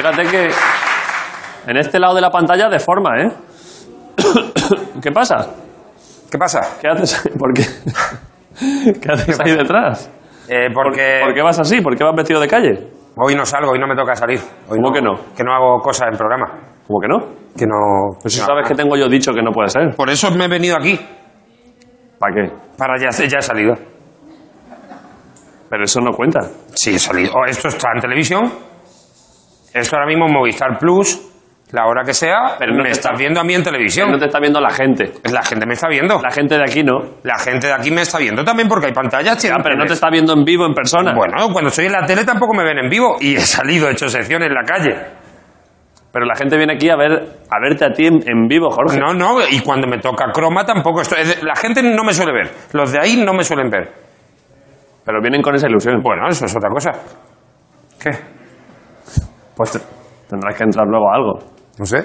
fíjate que en este lado de la pantalla deforma, ¿eh? ¿Qué pasa? ¿Qué pasa? ¿Qué haces? ¿Por qué? ¿Qué haces ahí detrás? Porque ¿Por qué vas así? ¿Por qué vas vestido de calle? hoy no salgo, hoy no me toca salir. Hoy ¿Cómo que no? Que no hago cosas en programa. ¿Cómo que no? Que no... Pues si sabes que tengo yo dicho que no puede ser. Por eso me he venido aquí. ¿Para qué? Ya he salido. Pero eso no cuenta. Sí, he salido. Esto está en televisión. Esto ahora mismo en Movistar Plus, la hora que sea, Pero no me te estás está- viendo a mí en televisión. No te está viendo la gente. La gente me está viendo. La gente de aquí no. La gente de aquí me está viendo también porque hay pantallas. Ah, pero no te está viendo en vivo, en persona. Bueno, cuando estoy en la tele tampoco me ven en vivo y he salido, he hecho sección en la calle. Pero la gente viene aquí a verte a ti en vivo, Jorge. No, y cuando me toca croma tampoco estoy... La gente no me suele ver. Los de ahí no me suelen ver. Pero vienen con esa ilusión. Bueno, eso es otra cosa. ¿Qué? Pues tendrás que entrar luego a algo. No sé.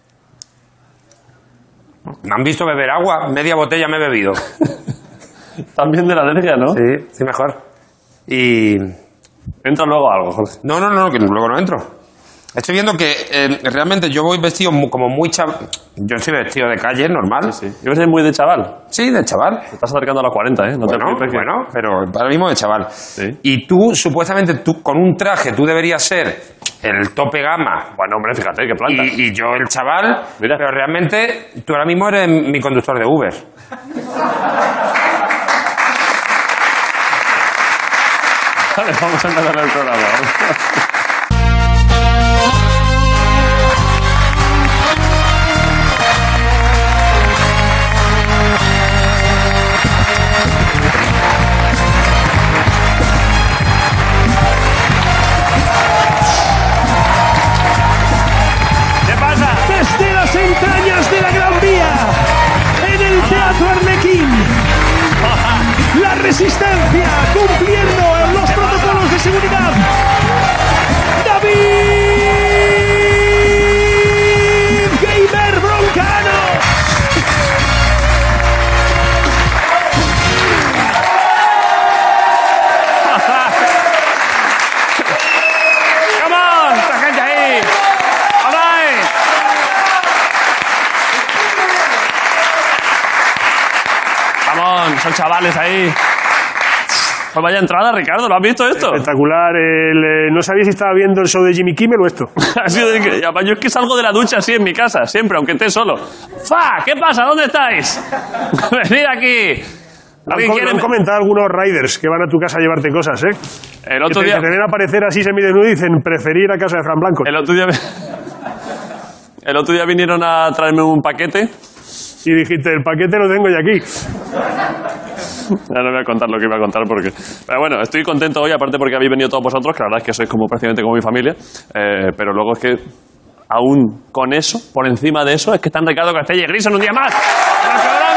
Me han visto beber agua, media botella me he bebido. También de la alergia, ¿no? Sí, mejor. Y... Entra luego a algo, Jorge. No, que luego no entro. Estoy viendo que realmente yo voy vestido como muy chaval. Yo estoy vestido de calle, normal. Sí. Yo soy muy de chaval. Sí, de chaval. Te estás acercando a los 40, ¿eh? No te flipes que- Bueno, pero ahora mismo de chaval. Sí. Y tú, supuestamente, con un traje, tú deberías ser el tope gama. Bueno, hombre, fíjate, qué planta. Y yo el chaval. Mira. Pero realmente, tú ahora mismo eres mi conductor de Uber. Vale, vamos a empezar el programa. ¿Qué pasa? Desde las entrañas de la Gran Vía, en el Teatro Arlequín, la Resistencia cumpliendo los protocolos de seguridad. David Gamer Broncano. ¡Come on! ¡Esta gente ahí! ¡All right! ¡Come on! Son chavales ahí. Pues vaya entrada, Ricardo, ¿lo has visto esto? Espectacular. No sabía si estaba viendo el show de Jimmy Kimmel o esto. Ha sido increíble. Yo es que salgo de la ducha así en mi casa, siempre, aunque esté solo. ¡Fa! ¿Qué pasa? ¿Dónde estáis? Venid aquí. ¿Alguien quiere...? Han comentado algunos riders que van a tu casa a llevarte cosas, ¿eh? El otro que día... te ven aparecer así semidesnudo y dicen preferir a casa de Fran Blanco. El otro día vinieron a traerme un paquete. Y dijiste, el paquete lo tengo ya aquí. Ya no voy a contar lo que iba a contar porque... Pero bueno, estoy contento hoy, aparte porque habéis venido todos vosotros, que la verdad es que sois como prácticamente como mi familia. Pero luego es que, aún con eso, por encima de eso, es que están Ricardo Castella y Grison un día más en el programa.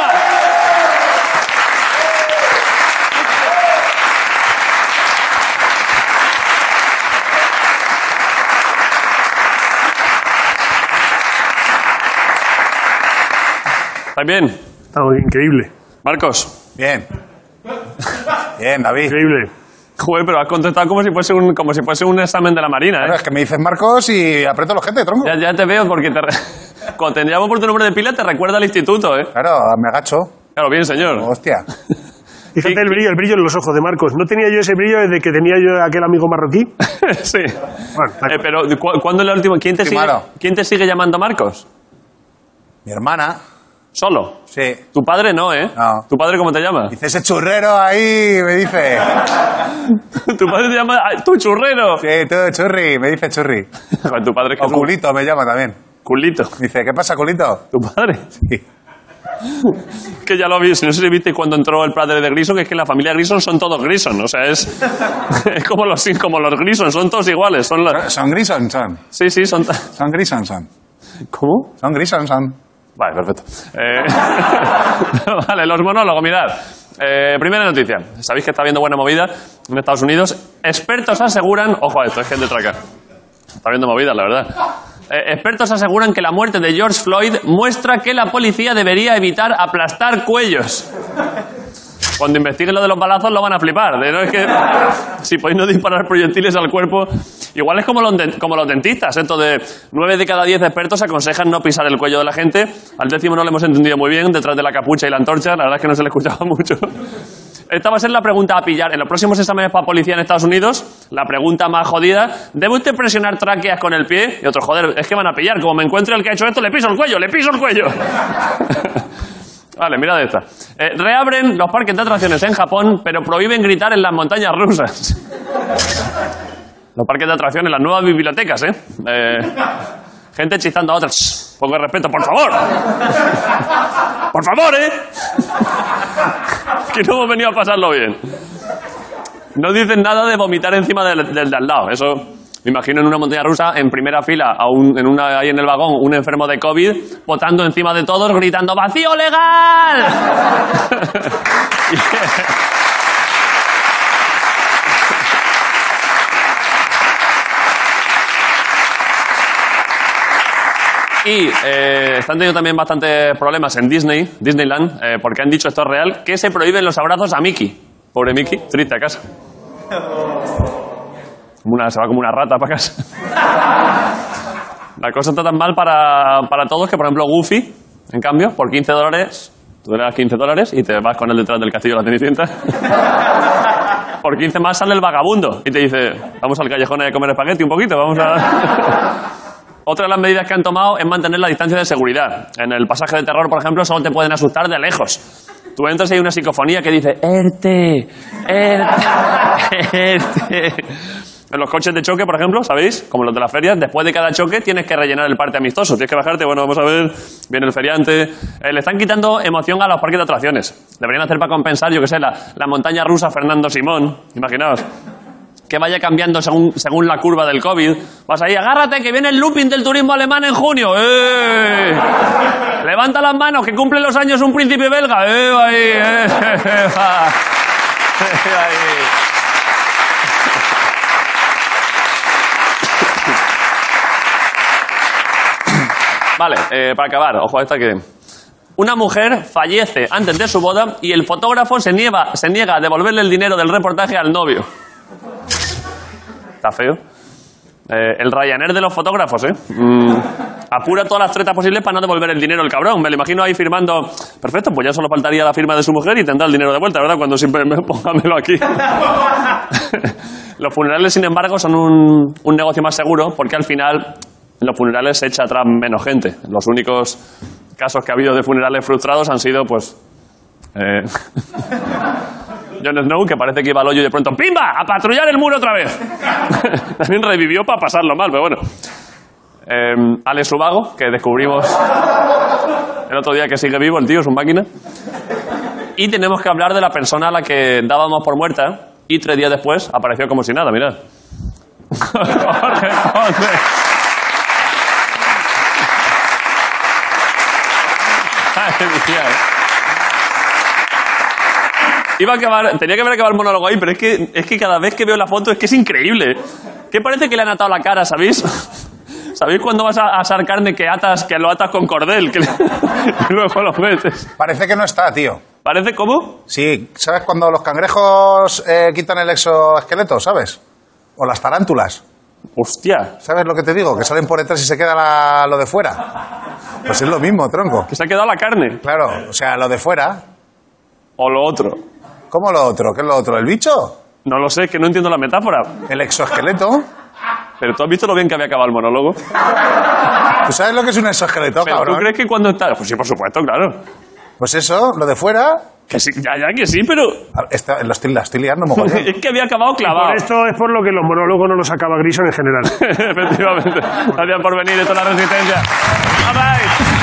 ¿Estáis bien? Estamos increíble. Marcos. Bien. Bien, David. Increíble. Joder, pero has contestado como si fuese un examen de la Marina, Claro, ¿eh? es que me dices Marcos y aprieto los gente, tronco. Ya te veo porque cuando te llamo por tu nombre de pila te recuerda al instituto, ¿eh? Claro, me agacho. Claro, bien, señor. Hostia. Fíjate el brillo en los ojos de Marcos. ¿No tenía yo ese brillo desde que tenía yo aquel amigo marroquí? Sí. Bueno, Pero, ¿cuándo es la última? ¿Quién te Primero. sigue llamando Marcos? Mi hermana. ¿Solo? Sí. Tu padre no, ¿eh? No. ¿Tu padre cómo te llama? Dice ese churrero ahí, me dice. Tu padre te llama... ¡Ay, ¡tu churrero! Sí, tú, churri, me dice churri. Joder, tu padre es que O es un culito me llama también. culito. Dice, ¿qué pasa, culito? ¿Tu padre? Sí. Que ya lo vi. No sé si viste cuando entró el padre de Grison, que es que la familia Grison son todos Grison. O sea, es como los Grison, son todos iguales. Son Grison, son. Sí, son... Son Grison, son. ¿Cómo? Son Grison, son. Vale, perfecto. Vale, los monólogos, mirad. Primera noticia. Sabéis que está habiendo buena movida en Estados Unidos. Expertos aseguran... Ojo a esto, es gente traca. Está habiendo movida, la verdad. Expertos aseguran que la muerte de George Floyd muestra que la policía debería evitar aplastar cuellos. Cuando investiguen lo de los balazos lo van a flipar. ¿No? Es que si podéis no disparar proyectiles al cuerpo... Igual es como los dentistas. Esto de 9 de cada 10 expertos aconsejan no pisar el cuello de la gente. Al 10º no lo hemos entendido muy bien, detrás de la capucha y la antorcha. La verdad es que no se le escuchaba mucho. Esta va a ser la pregunta a pillar. En los próximos exámenes para policía en Estados Unidos, la pregunta más jodida: ¿debe usted presionar tráqueas con el pie? Y otro, joder, es que van a pillar. Como me encuentre el que ha hecho esto, le piso el cuello, le piso el cuello. Vale, mirad esta. Reabren los parques de atracciones en Japón, pero prohíben gritar en las montañas rusas. Los parques de atracciones, las nuevas bibliotecas, gente chistando a otras. Poco de respeto, por favor. Por favor, que no hemos venido a pasarlo bien. No dicen nada de vomitar encima del de al lado. Eso, me imagino en una montaña rusa, en primera fila, ahí en el vagón, un enfermo de COVID, botando encima de todos, gritando ¡vacío legal! Y están teniendo también bastantes problemas en Disneyland, porque han dicho, esto es real, que se prohíben los abrazos a Mickey. Pobre Mickey, triste a casa. Se va como una rata para casa. La cosa está tan mal para todos que, por ejemplo, Goofy, en cambio, por $15, tú le das $15 y te vas con él detrás del castillo de la Cenicienta. Por 15 más sale el vagabundo y te dice, vamos al callejón a comer espagueti un poquito, vamos a... Otra de las medidas que han tomado es mantener la distancia de seguridad. En el pasaje de terror, por ejemplo, solo te pueden asustar de lejos. Tú entras y hay una psicofonía que dice ERTE, ERTE, ERTE. En los coches de choque, por ejemplo, ¿sabéis? Como los de las ferias, después de cada choque tienes que rellenar el parte amistoso. Tienes que bajarte, bueno, vamos a ver, viene el feriante. Le están quitando emoción a los parques de atracciones. Deberían hacer para compensar, yo qué sé, la montaña rusa Fernando Simón. Imaginaos. Que vaya cambiando según la curva del COVID. Vas ahí, agárrate, que viene el looping del turismo alemán en junio. Levanta las manos, que cumple los años un príncipe belga. Ahí, ahí. Vale, para acabar, ojo a esta que... Una mujer fallece antes de su boda y el fotógrafo se niega a devolverle el dinero del reportaje al novio. Está feo. El Ryanair de los fotógrafos, apura todas las tretas posibles para no devolver el dinero al cabrón. Me lo imagino ahí firmando. Perfecto, pues ya solo faltaría la firma de su mujer y tendrá el dinero de vuelta, ¿verdad? Cuando siempre póngamelo aquí. Los funerales, sin embargo, son un negocio más seguro porque al final en los funerales se echa atrás menos gente. Los únicos casos que ha habido de funerales frustrados han sido, pues... Jon Snow, que parece que iba al hoyo y de pronto ¡pimba! ¡A patrullar el muro otra vez! También revivió para pasarlo mal, pero bueno. Alex Ubago, que descubrimos el otro día que sigue vivo, el tío es un máquina. Y tenemos que hablar de la persona a la que dábamos por muerta y 3 días después apareció como si nada, mirad. Jorge Conde. Ay, Dios. Tenía que haber acabado el monólogo ahí, pero es que cada vez que veo la foto es que es increíble. ¿Qué parece que le han atado la cara, sabéis? ¿Sabéis cuando vas a asar carne que lo atas con cordel? Y luego lo metes. Parece que no está, tío. ¿Parece cómo? Sí, ¿sabes cuando los cangrejos quitan el exoesqueleto, sabes? O las tarántulas. Hostia. ¿Sabes lo que te digo? Que salen por detrás y se queda lo de fuera. Pues es lo mismo, tronco. Que se ha quedado la carne. Claro, o sea, lo de fuera. O lo otro. ¿Cómo lo otro? ¿Qué es lo otro? ¿El bicho? No lo sé, es que no entiendo la metáfora. ¿El exoesqueleto? Pero tú has visto lo bien que había acabado el monólogo. ¿Tú sabes lo que es un exoesqueleto, pero cabrón? ¿tú crees que cuando está...? Pues sí, por supuesto, claro. Pues eso, lo de fuera... Que sí, ya que sí, pero... Lo estoy liando mogollón. Es que había acabado clavado. Por esto es por lo que los monólogos no los acaba Grison en general. Efectivamente. Gracias por venir, esto es La Resistencia. Bye bye.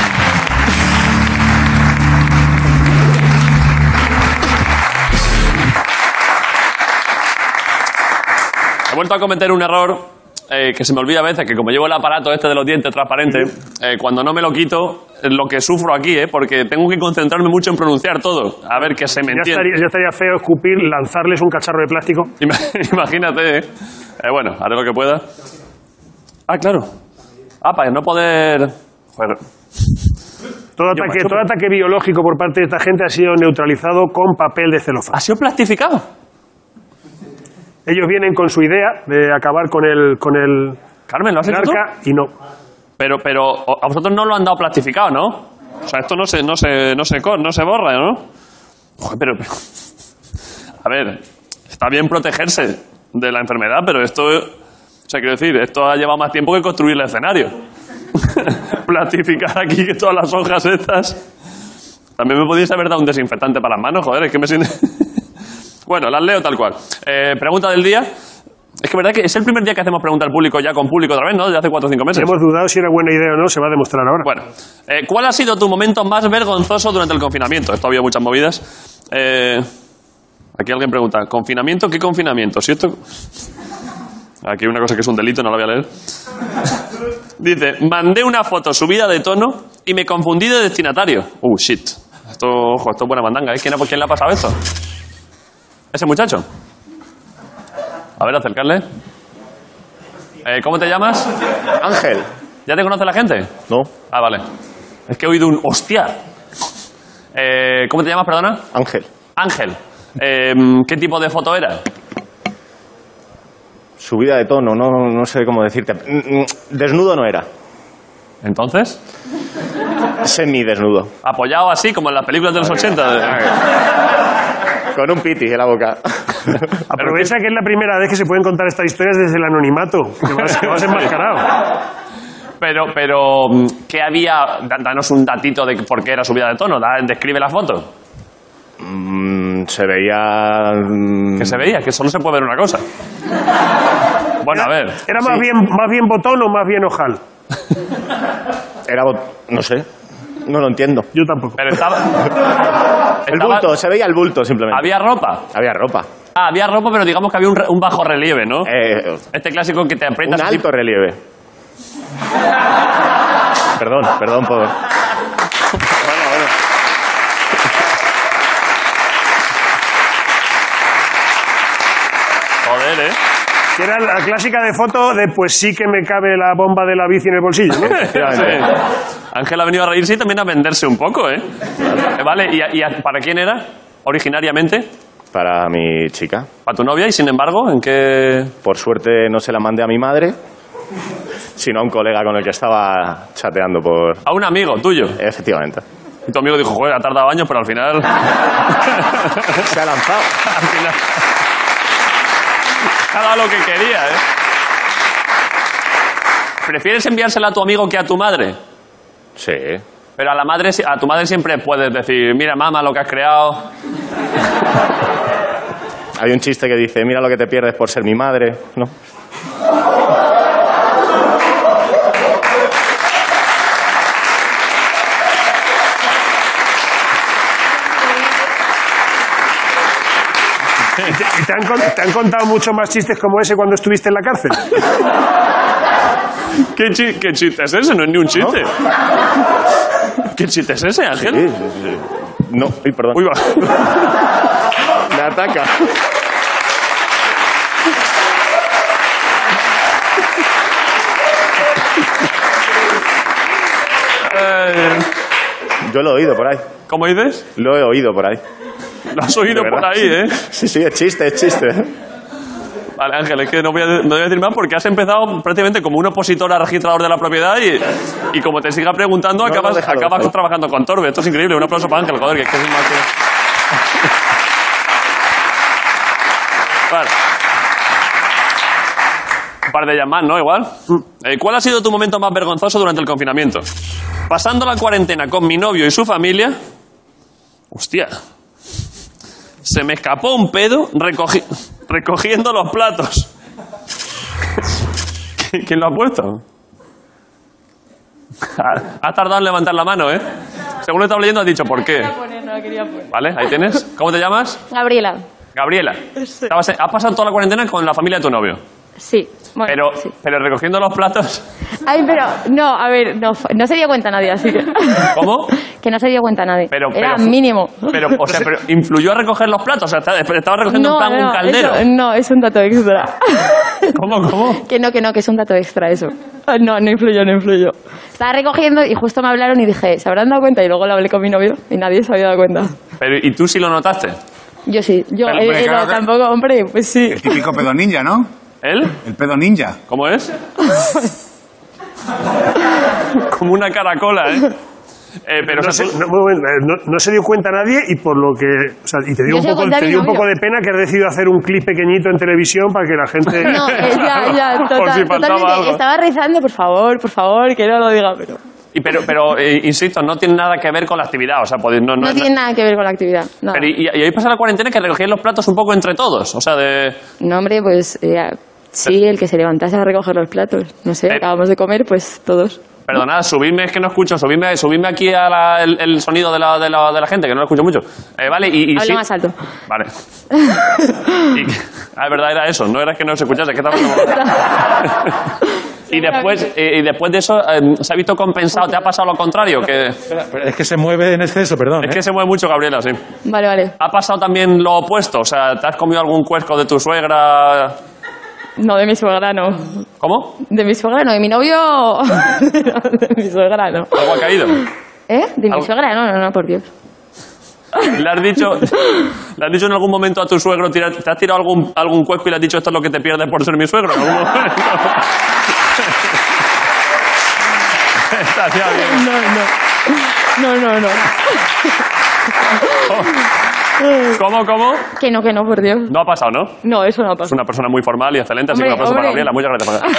He vuelto a cometer un error que se me olvida a veces, que como llevo el aparato este de los dientes transparente, cuando no me lo quito, lo que sufro aquí, porque tengo que concentrarme mucho en pronunciar todo, a ver que se me entiende. Ya estaría feo escupir, lanzarles un cacharro de plástico. Imagínate, bueno, haré lo que pueda. Ah, claro. Para no poder... Joder. Todo ataque biológico por parte de esta gente ha sido neutralizado con papel de celofán. ¿Ha sido plastificado? Ellos vienen con su idea de acabar con el Carmen, ¿lo has hecho tú? arca y no. Pero a vosotros no lo han dado plastificado, ¿no? O sea, esto no se borra, ¿no? Joder, pero... A ver, está bien protegerse de la enfermedad, pero esto... O sea, quiero decir, esto ha llevado más tiempo que construir el escenario. Plastificar aquí que todas las hojas estas... También me podíais haber dado un desinfectante para las manos, joder, es que me siento... Bueno, las leo tal cual. Pregunta del día. Es que verdad que es el primer día que hacemos pregunta al público ya con público otra vez, ¿no? Desde hace 4 o 5 meses. Hemos dudado si era buena idea o no, se va a demostrar ahora. Bueno, ¿cuál ha sido tu momento más vergonzoso durante el confinamiento? Esto había muchas movidas. Aquí alguien pregunta, ¿confinamiento? ¿Qué confinamiento? Si esto... Aquí hay una cosa que es un delito, no la voy a leer. Dice, mandé una foto subida de tono y me confundí de destinatario. Shit. Esto es buena mandanga, ¿eh? ¿Quién le ha pasado esto? ¿Ese muchacho? A ver, acercarle. ¿Cómo te llamas? Ángel. ¿Ya te conoce la gente? No. Ah, vale. Es que he oído un hostia. ¿Cómo te llamas, perdona? Ángel. Ángel. ¿Qué tipo de foto era? Subida de tono, no sé cómo decirte. Desnudo no era. ¿Entonces? Semidesnudo. Apoyado así, como en las películas de los 80. Con un piti en la boca. Aprovecha que es la primera vez que se pueden contar estas historias desde el anonimato. Que vas enmascarado. Pero, ¿qué había? Danos un datito de por qué era subida de tono. Describe la foto. Se veía... ¿Qué se veía? Que solo se puede ver una cosa. Bueno, a ver. ¿Era más bien botón o más bien ojal? No sé. No lo entiendo. Yo tampoco. Pero estaba... El bulto, se veía el bulto simplemente. ¿Había ropa? Había ropa. Ah, había ropa, pero digamos que había un bajo relieve, ¿no? Este clásico que te aprietas... Un alto relieve. Perdón por... Bueno. Joder, ¿eh? Que era la clásica de foto de pues sí que me cabe la bomba de la bici en el bolsillo, ¿no? Sí. Ángel ha venido a reírse y también a venderse un poco, ¿eh? Vale, ¿y para quién era originariamente? Para mi chica. ¿Para tu novia? Y sin embargo, ¿en qué...? Por suerte no se la mandé a mi madre, sino a un colega con el que estaba chateando por... A un amigo tuyo. Efectivamente. Y tu amigo dijo, joder, ha tardado años, pero al final... Se ha lanzado. Al final... Ha dado lo que quería, ¿eh? ¿Prefieres enviársela a tu amigo que a tu madre? Sí. Pero a tu madre siempre puedes decir, mira, mamá, lo que has creado... Hay un chiste que dice, mira lo que te pierdes por ser mi madre, ¿no? ¿Y te han contado mucho más chistes como ese cuando estuviste en la cárcel? ¿Qué chiste es ese? No es ni un chiste. ¿No? ¿Qué chiste es ese, Ángel? Sí. No, perdón. Uy, va. Me ataca. Yo lo he oído por ahí. ¿Cómo dices? Lo he oído por ahí. Lo has oído por ahí, ¿eh? Sí, es chiste. Vale, Ángel, es que no voy a decir más porque has empezado prácticamente como un opositor a registrador de la propiedad y como te siga preguntando, acabas trabajando con Torbe. Esto es increíble. Un aplauso para Ángel, joder, que es el más que... Vale. Un par de ellas más, ¿no? Igual. ¿Cuál ha sido tu momento más vergonzoso durante el confinamiento? Pasando la cuarentena con mi novio y su familia... Hostia... Se me escapó un pedo recogiendo los platos. ¿Quién lo ha puesto? Has tardado en levantar la mano, ¿eh? Según lo estaba leyendo, has dicho ¿por qué? No la quería poner. Vale, ahí tienes. ¿Cómo te llamas? Gabriela. Gabriela. Sí. ¿Has pasado toda la cuarentena con la familia de tu novio? Sí. Bueno, pero recogiendo los platos... Ay, pero... No, a ver, no se dio cuenta nadie, así que... ¿Cómo? Que no se dio cuenta nadie. Era pero, mínimo. Pero ¿influyó a recoger los platos? O sea, estaba recogiendo un caldero. No, es un dato extra. ¿Cómo? Que no, que es un dato extra eso. No influyó. Estaba recogiendo y justo me hablaron y dije, ¿se habrán dado cuenta? Y luego lo hablé con mi novio y nadie se había dado cuenta. Pero, ¿y tú sí lo notaste? Yo sí. Pero, hombre, claro que- tampoco, hombre, pues sí. El típico pedo ninja, ¿no? ¿Él? El pedo ninja. ¿Cómo es? Como una caracola, ¿eh? Pero No, o sea, tú- no se dio cuenta nadie y por lo que... O sea, y te dio, Yo se lo conté a te mi dio un novio. poco de pena que has decidido hacer un clip pequeñito en televisión para que la gente... No, ya, Por si faltaba totalmente. algo. Estaba rezando, por favor, que no lo diga, pero... pero insisto, no tiene nada que ver con la actividad. O sea, No tiene nada que ver con la actividad. Nada. Pero, y ahí pasa la cuarentena que recogían los platos un poco entre todos. O sea, de... No, hombre, pues sí, el que se levantase a recoger los platos. No sé, acabamos de comer, pues todos. Perdonad, subidme, es que no escucho. Subidme aquí a el sonido de la gente, que no lo escucho mucho. Vale, y Habla sí. más alto. Vale. Es verdad, era eso. No era que no se escuchase, es que estaba como... Y después de eso, ¿se ha visto compensado? ¿Te ha pasado lo contrario? Que Pero es que se mueve en exceso, perdón. es que se mueve mucho, Gabriela, sí. Vale. ¿Ha pasado también lo opuesto? O sea, ¿te has comido algún cuesco de tu suegra? No, de mi suegra no. ¿Cómo? De mi suegra no, de mi novio... de mi suegra no. ¿Algo ha caído? ¿Eh? De mi Algo- suegra no, por Dios. ¿Le has dicho en algún momento a tu suegro, te has tirado algún cuesco y le has dicho esto es lo que te pierdes por ser mi suegro? ¿En algún momento? Estaría bien. No. ¿Cómo? Que no, por Dios. No ha pasado, ¿no? No, eso no Es pasa. una persona muy formal y excelente, así que un Hombre, aplauso para hombre. Gabriela. Muchas gracias.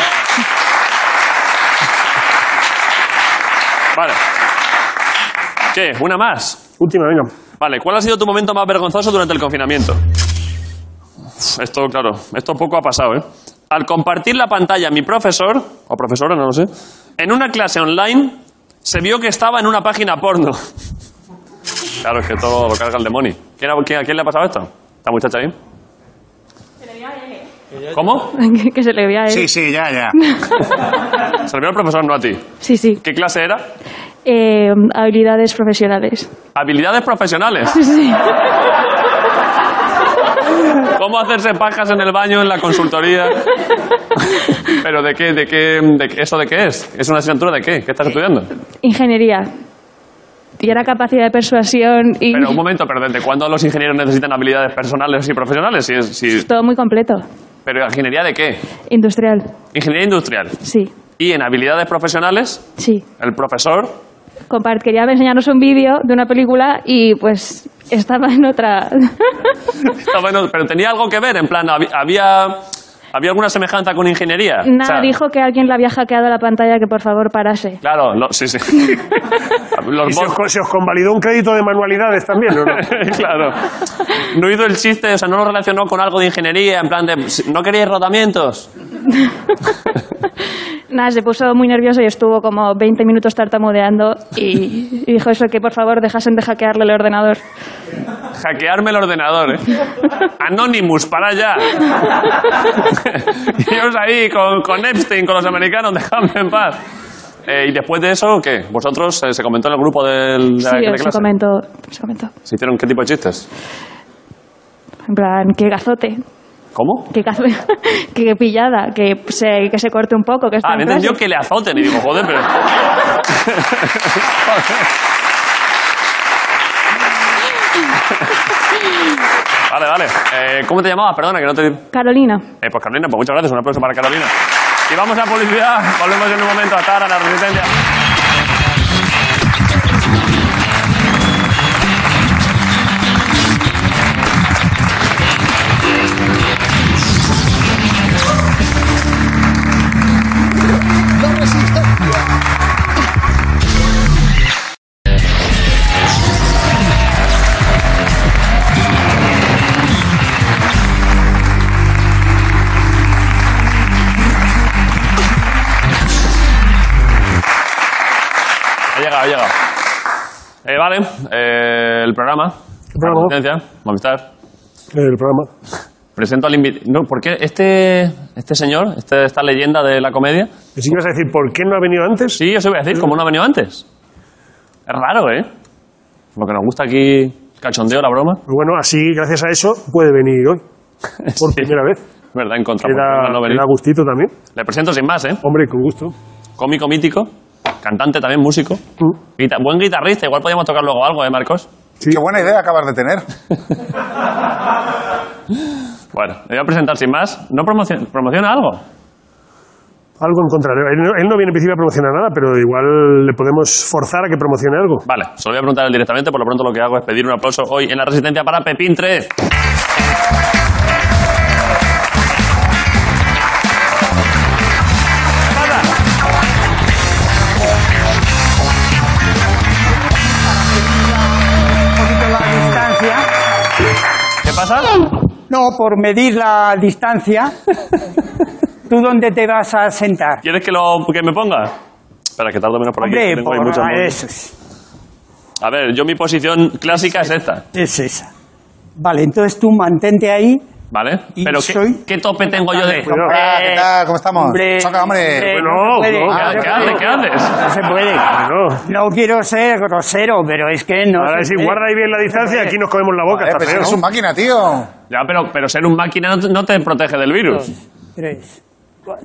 Vale. ¿Qué? ¿Una más? Última, venga. Vale, ¿cuál ha sido tu momento más vergonzoso durante el confinamiento? Esto, claro, esto poco ha pasado, ¿eh? Al compartir la pantalla, mi profesor, o profesora, no lo sé, en una clase online, se vio que estaba en una página porno. Claro, es que todo lo carga el demonio. ¿A quién le ha pasado esto? ¿Esta muchacha ahí? ¿Cómo? Que se le vea a él. Sí, ya. Se le vio al profesor, no a ti. Sí. ¿Qué clase era? Habilidades profesionales. Habilidades profesionales. Sí. ¿Cómo hacerse pajas en el baño, en la consultoría? ¿Pero de qué? ¿Eso de qué es? ¿Es una asignatura de qué? ¿Qué estás estudiando? Ingeniería. Y era capacidad de persuasión y Pero un momento, pero ¿desde cuándo los ingenieros necesitan habilidades personales y profesionales? Si todo muy completo. ¿Pero ingeniería de qué? Industrial. Ingeniería industrial. Sí, Y en habilidades profesionales, sí. el profesor... Quería enseñarnos un vídeo de una película y pues estaba en otra. Pero tenía algo que ver, en plan, ¿había alguna semejanza con ingeniería? Nada, O sea, dijo que alguien le había hackeado la pantalla, que por favor parase. Claro, sí. ¿Y se os convalidó un crédito de manualidades también, o no? Claro. No hizo el chiste, o sea, no lo relacionó con algo de ingeniería, en plan de, ¿no queríais rodamientos? Nada, se puso muy nervioso y estuvo como 20 minutos tartamudeando y dijo eso, que por favor dejasen de hackearle el ordenador. Hackearme el ordenador, ¿eh? Anonymous, para allá. Y ellos ahí con Epstein, con los americanos, dejadme en paz. Y después de eso, ¿qué? ¿Vosotros se comentó en el grupo de Sí, de se clase? comentó. ¿Se hicieron qué tipo de chistes? En plan, qué gazote, ¿Cómo? qué pillada, que se corte un poco, que está Me en entendió clase. que le azoten y digo, joder, pero... Vale. ¿Cómo te llamabas? Perdona, que no te... Carolina. Pues Carolina, pues muchas gracias. Un aplauso para Carolina. Y vamos a publicidad. Volvemos en un momento a Tara, la Resistencia. Ha llegado. Vale, el programa. programa? Resistencia, Movistar. El programa. Presento al invitado. No, ¿por qué este señor, esta leyenda de la comedia? ¿Y si ibas a decir por qué no ha venido antes? Sí, eso voy a decir, como no ha venido antes. Es raro, ¿eh? Lo que nos gusta aquí, el cachondeo, la broma. Pues bueno, así, gracias a eso, puede venir hoy. Por Sí. primera vez. ¿Verdad? En contra. Queda gustito también. Le presento sin más, ¿eh? Hombre, con gusto. Cómico mítico, cantante también, músico. Buen guitarrista, igual podríamos tocar luego algo, ¿eh, Marcos? Sí. Qué buena idea acabas de tener. Bueno, le voy a presentar sin más. ¿No promociona algo? Algo en contrario. Él no viene en principio a promocionar nada, pero igual le podemos forzar a que promocione algo. Vale, se lo voy a preguntar él directamente. Por lo pronto lo que hago es pedir un aplauso hoy en La Resistencia para Pepín 3. ¿Qué pasa? No, por medir la distancia. ¿Tú dónde te vas a sentar? ¿Quieres que me ponga? Espera, que tardo menos por aquí. Hombre, Tengo ahí muchas eso es. A ver, mi posición clásica es esta. Es esa. Vale, entonces tú mantente ahí. ¿Vale? Y Pero ¿qué tope tengo yo de...? ¿Qué tal? ¿Cómo estamos? Hombre, Soca, hombre. no se puede. ¿Qué haces? No se puede. No quiero ser grosero, pero es que no. Ahora, si guarda ahí bien la distancia, aquí nos comemos la boca. Vale, Está pero feo. eres un máquina, tío. Ya, pero ser un máquina no te protege del virus. 2, 3, 4.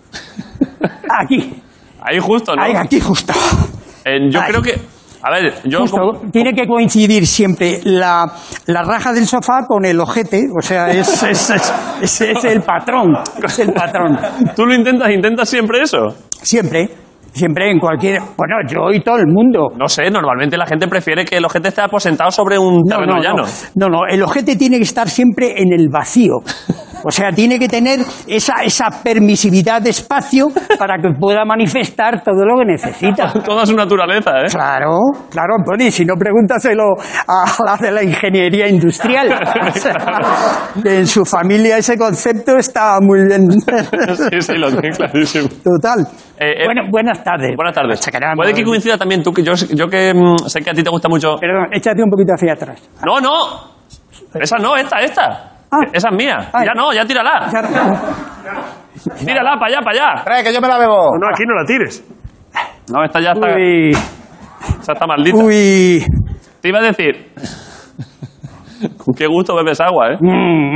Aquí. Ahí justo, ¿no? Ahí, aquí justo. Yo creo que... A ver, Justo, tiene que coincidir siempre la raja del sofá con el ojete, o sea, es el patrón, es el patrón. ¿Tú lo intentas siempre eso? Siempre en cualquier... Bueno, yo y todo el mundo. No sé, normalmente la gente prefiere que el ojete esté aposentado sobre un terreno llano. No, el ojete tiene que estar siempre en el vacío. O sea, tiene que tener esa permisividad de espacio para que pueda manifestar todo lo que necesita. Toda su naturaleza, ¿eh? Claro, bueno, y si no, pregúntaselo a la de la ingeniería industrial. O sea, en su familia ese concepto está muy bien. Sí, lo tiene clarísimo. Total. Buenas tardes. Buenas tardes. Puede que coincida también tú, que yo que sé que a ti te gusta mucho... Perdón, échate un poquito hacia atrás. No. Esa no, esta. Esa es mía. Ay. Ya tírala. Tírala para allá. Trae, que yo me la bebo. No, aquí no la tires. No, esta ya está... Uy. Esa está maldita. Uy. Te iba a decir... Con qué gusto bebes agua, ¿eh?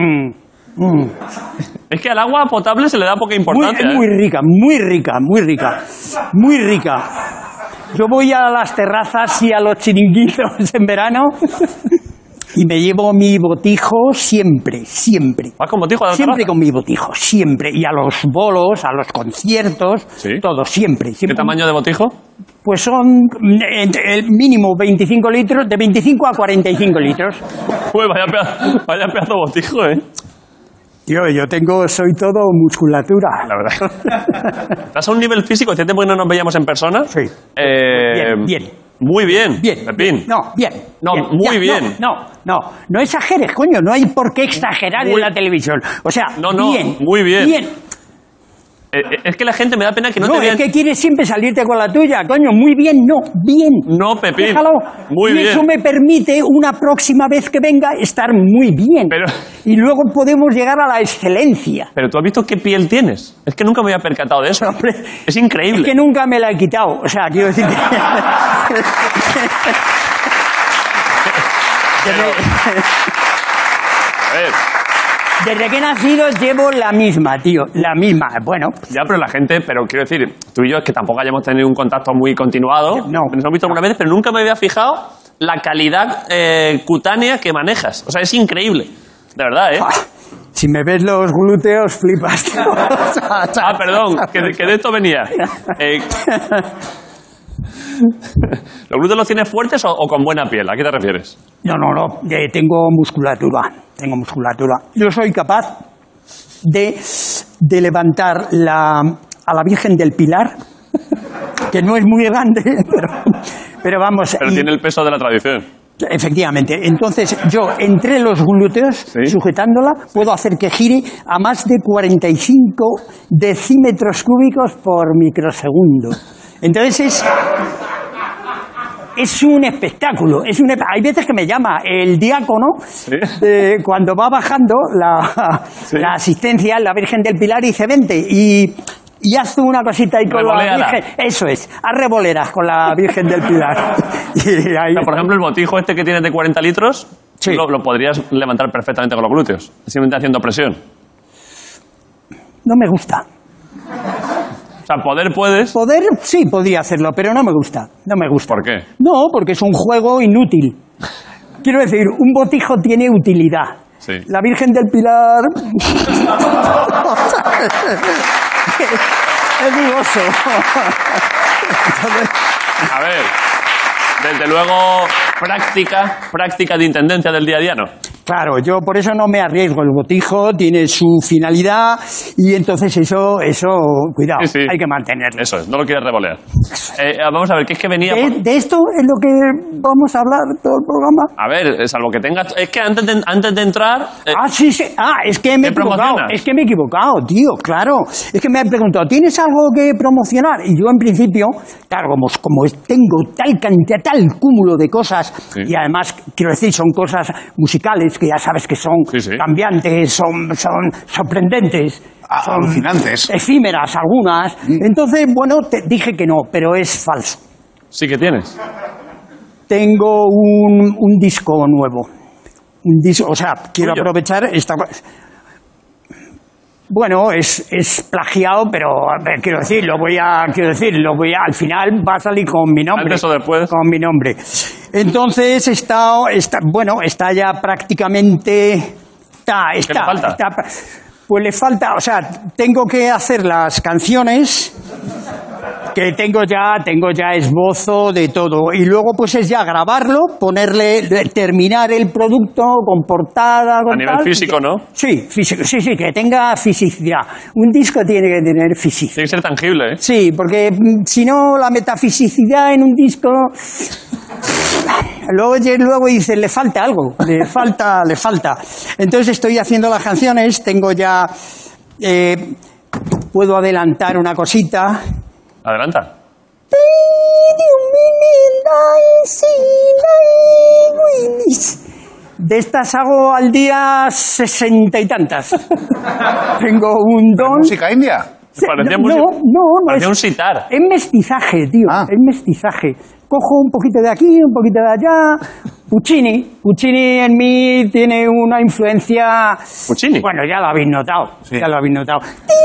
Es que al agua potable se le da poca importancia. Muy rica, muy rica, muy rica. Muy rica. Yo voy a las terrazas y a los chiringuitos en verano y me llevo mi botijo siempre. ¿Vas con botijo a la Siempre terraza? con mi botijo, siempre. Y a los bolos, a los conciertos, ¿Sí? todo, siempre. ¿Qué tamaño de botijo? Pues son el mínimo 25 litros, de 25 a 45 litros. Uy, vaya pedazo de botijo, ¿eh? Tío, soy todo musculatura. La verdad. ¿Estás a un nivel físico? ¿Hace tiempo que no nos veíamos en persona? Sí. Bien. Muy bien. Bien. Pepín. No, bien. No, bien, muy ya, bien. No exageres, coño. No hay por qué exagerar en la televisión. O sea, bien. Muy bien. Es que la gente me da pena que no te vean... es que quieres siempre salirte con la tuya, coño. Muy bien, bien. No, Pepín. Déjalo. Muy bien. Y eso me permite, una próxima vez que venga, estar muy bien. Y luego podemos llegar a la excelencia. Pero tú has visto qué piel tienes. Es que nunca me había percatado de eso. Hombre, es increíble. Es que nunca me la he quitado. O sea, quiero decir que... A ver... Desde que he nacido llevo la misma, tío. La misma. Bueno. Ya, pero la gente... Pero quiero decir, tú y yo es que tampoco hayamos tenido un contacto muy continuado. No. Nos hemos visto alguna vez, pero nunca me había fijado la calidad cutánea que manejas. O sea, es increíble. De verdad, ¿eh? Si me ves los glúteos, flipas, tío. Perdón, que de esto venía. ¿Los glúteos los tienes fuertes o con buena piel? ¿A qué te refieres? No. Tengo musculatura. Yo soy capaz de levantar a la Virgen del Pilar, que no es muy grande, pero vamos... Pero tiene el peso de la tradición. Efectivamente. Entonces, yo, entre los glúteos, ¿sí? Sujetándola, puedo hacer que gire a más de 45 decímetros cúbicos por microsegundo. Entonces, es un espectáculo. Hay veces que me llama el diácono, ¿sí? Cuando va bajando la asistencia, la Virgen del Pilar, y dice, vente, y haz tú una cosita ahí con la Virgen. Eso es, haz revoleras con la Virgen del Pilar. Y ahí... O sea, por ejemplo, el botijo este que tienes de 40 litros, sí. lo podrías levantar perfectamente con los glúteos, simplemente haciendo presión. no me gusta. O sea, poder puedes. Poder, sí, podría hacerlo, pero no me gusta. No me gusta. ¿Por qué? No, porque es un juego inútil. Quiero decir, un botijo tiene utilidad. Sí. La Virgen del Pilar... es dudoso. Entonces, A ver, desde luego, práctica de intendencia del día a día, ¿no? claro, yo por eso no me arriesgo. El botijo tiene su finalidad y entonces eso cuidado, Sí, sí. hay que mantenerlo. Eso es, no lo quieres revolear. Vamos a ver, que es que venía... De esto es lo que vamos a hablar todo el programa. A ver, salvo que tengas... Es que antes de entrar... Sí. Es que me he ¿Qué equivocado. promocionas? Es que me he equivocado, tío, claro. Es que me han preguntado, ¿tienes algo que promocionar? Y yo, en principio, claro, como tengo tal cantidad, tal cúmulo de cosas, Sí. y además, quiero decir, son cosas musicales que ya sabes que son Sí. cambiantes, son sorprendentes. Son Alucinantes. efímeras algunas. Entonces, bueno, te dije que no, pero es falso. Sí que tienes. Tengo un disco nuevo. Un disco, o sea, quiero Tuyo. aprovechar esta... Bueno, es plagiado, pero a ver, al final va a salir con mi nombre. Antes o después. Con mi nombre. Entonces está ya prácticamente... ¿Qué le falta? Pues le falta, o sea, tengo que hacer las canciones que tengo ya esbozo de todo y luego pues es ya grabarlo, terminar el producto con portada, con A nivel tal. físico, ¿no? Sí, físico, sí, que tenga fisicidad. Un disco tiene que tener fisicidad. Tiene que ser tangible, ¿eh? Sí, porque si no la metafisicidad en un disco luego dices le falta algo, le falta. Entonces estoy haciendo las canciones, tengo ya puedo adelantar una cosita. Adelanta. De estas hago al día 60 y tantas. Tengo un don. ¿Música india? Parecía no, música- no parecía es un sitar. Es mestizaje, tío. Ah. Es mestizaje. Cojo un poquito de aquí, un poquito de allá. Puccini en mí tiene una influencia... Puccini. Bueno, ya lo habéis notado. Sí. Ya lo habéis notado.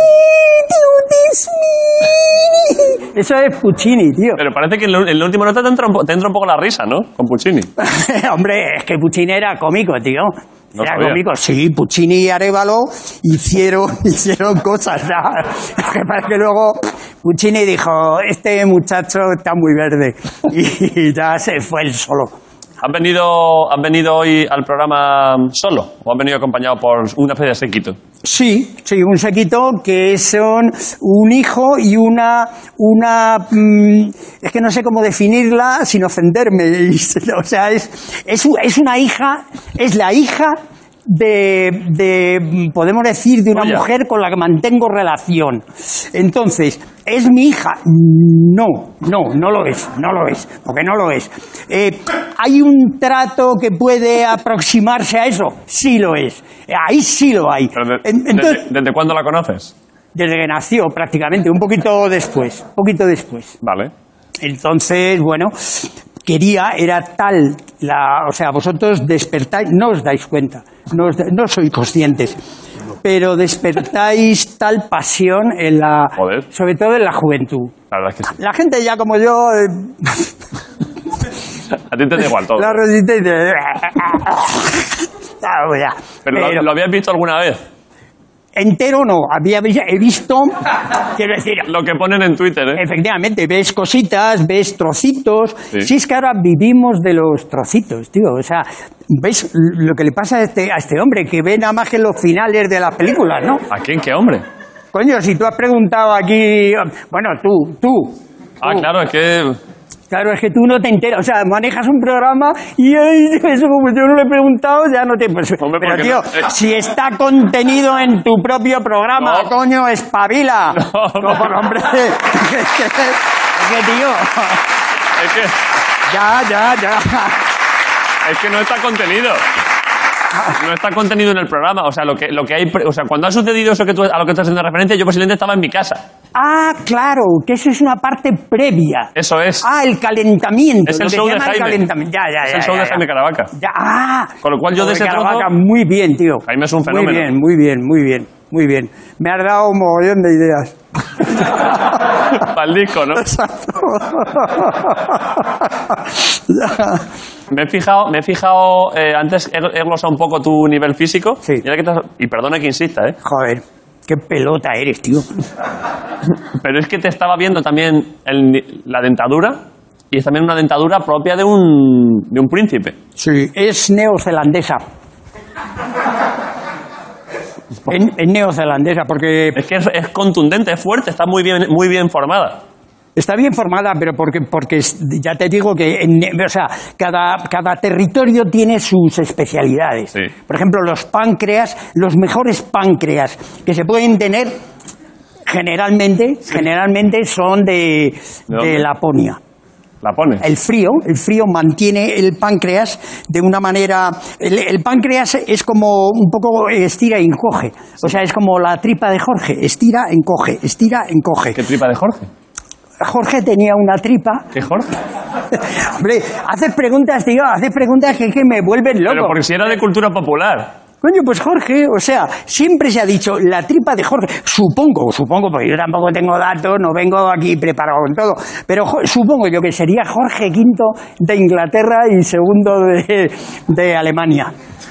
Eso es Puccini, tío. Pero parece que en la última nota te entra un poco la risa, ¿no? Con Puccini. Hombre, es que Puccini era cómico, tío. No Era sabía. cómico. Sí, Puccini y Arévalo hicieron cosas. ¿Ya? Lo que pasa es que luego Puccini dijo, este muchacho está muy verde. Y ya se fue él solo. ¿Has venido hoy al programa solo? ¿O has venido acompañado por una especie de séquito? Sí, un séquito que son un hijo y una es que no sé cómo definirla sin ofenderme. O sea, es una hija, es la hija de podemos decir, de una Oye. mujer con la que mantengo relación. Entonces, ¿es mi hija? No lo es, porque no lo es. ¿Hay un trato que puede aproximarse a eso? Sí lo es. Ahí sí lo hay. Pero Entonces, ¿desde cuándo la conoces? desde que nació prácticamente, un poquito después. Vale. Entonces, bueno, era tal o sea, vosotros despertáis, no os dais cuenta, no sois conscientes, pero despertáis tal pasión Joder. sobre todo en la juventud. La verdad es que sí. La gente ya como yo, A ti te da igual todo. la resistencia. Claro, ya. Pero ¿lo habías visto alguna vez? Entero no, he visto, quiero decir, Lo que ponen en Twitter, ¿eh? efectivamente, ves cositas, ves trocitos. Sí. Si es que ahora vivimos de los trocitos, tío. O sea, ves lo que le pasa a este hombre, que ve nada más que los finales de las películas, ¿no? ¿A quién? ¿Qué hombre? Coño, si tú has preguntado aquí... Bueno, tú. Ah, claro, es que... Claro, es que tú no te enteras. O sea, manejas un programa y ay, eso como yo no le he preguntado, ya no te... Pues, Hombre, pero, porque tío, no- si está contenido en tu propio programa, No. coño, espabila. No, hombre. Es que, tío... Es que... Ya. Es que no está contenido. No está contenido en el programa. O sea, lo que hay... O sea, cuando ha sucedido eso a lo que estás haciendo referencia, yo posiblemente estaba en mi casa. Ah, claro, que eso es una parte previa. Eso es. Ah, el calentamiento. Es el lo que show se de llama el Jaime. calentamiento. Ya. Es el show de Jaime Caravaca. Ya, Con lo cual yo de Joder, ese trozo- Caravaca, muy bien, tío. Jaime es un fenómeno. Muy bien. muy bien. Me has dado un mogollón de ideas. Para el disco, ¿no? Exacto. Me he fijado antes he glosado un poco tu nivel físico. Sí. Y perdona que insista, ¿eh? Joder, qué pelota eres, tío. Pero es que te estaba viendo también la dentadura, y es también una dentadura propia de un príncipe. Sí, es neozelandesa. Es neozelandesa porque... Es que es contundente, es fuerte, está muy bien formada. Está bien formada, pero porque ya te digo que o sea, cada territorio tiene sus especialidades. Sí. Por ejemplo, los páncreas, los mejores páncreas que se pueden tener generalmente son de Laponia. Laponia. El frío mantiene el páncreas de una manera... El páncreas es como un poco estira y encoge. O sea, es como la tripa de Jorge. Estira, encoge, estira, encoge. ¿Qué tripa de Jorge? Jorge tenía una tripa. ¿Qué Jorge? Hombre, haces preguntas, tío, que me vuelven loco. Pero porque si era de cultura popular. Coño, pues Jorge, o sea, siempre se ha dicho la tripa de Jorge. Supongo, porque yo tampoco tengo datos, no vengo aquí preparado con todo. Pero supongo yo que sería Jorge V de Inglaterra y segundo de Alemania.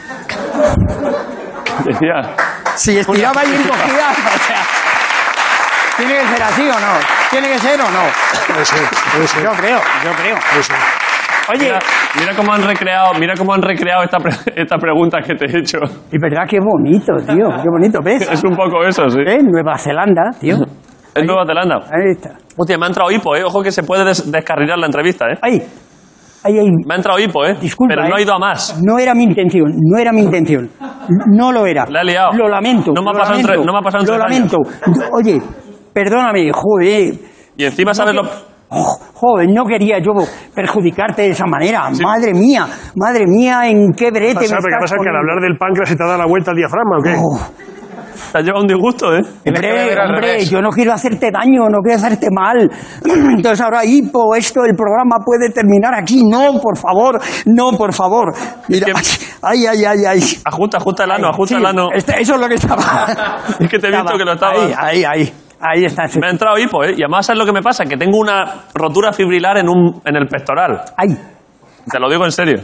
Decía. Si estiraba y encogía, o sea... ¿Tiene que ser así o no? ¿Tiene que ser o no? Puede ser. Yo creo. Puede ser. Oye... Mira cómo han recreado esta pregunta que te he hecho. Es verdad, qué bonito, tío. Qué bonito, ¿ves? Es un poco eso, sí. Nueva Zelanda, tío. Es Nueva Zelanda. Ahí está. Hostia, me ha entrado hipo, ¿eh? Ojo que se puede descarrilar la entrevista, ¿eh? Ahí. Me ha entrado hipo, ¿eh? Disculpa, pero no ha ido a más. No era mi intención. No lo era. La he liado. Lo lamento. No me ha pasado en 3 Lo lamento. Oye, perdóname, joder. Y encima sabes lo... Joder, no quería yo perjudicarte de esa manera. Sí. Madre mía, en qué brete me estás ¿Qué pasa? ¿Que al hablar del páncreas se te ha dado la vuelta al diafragma o qué? Te has llevado un disgusto, ¿eh? Hombre, yo no quiero hacerte daño, no quiero hacerte mal. Entonces ahora, hipo, el programa puede terminar aquí. No, por favor. Mira, ay. Ajusta el ano, el ano. Eso es lo que estaba. Es que te he visto que lo estaba... Ahí está. Me ha entrado hipo, ¿eh? Y además, ¿sabes lo que me pasa? Que tengo una rotura fibrilar en el pectoral. Ay. Te lo digo en serio.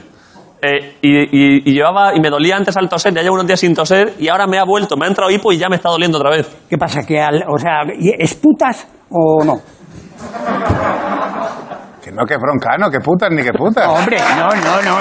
Y me dolía antes al toser, ya llevo unos días sin toser y ahora me ha entrado hipo y ya me está doliendo otra vez. ¿Qué pasa? ¿Esputas o no? Que no, que broncano, que putas ni que putas. No, hombre, no.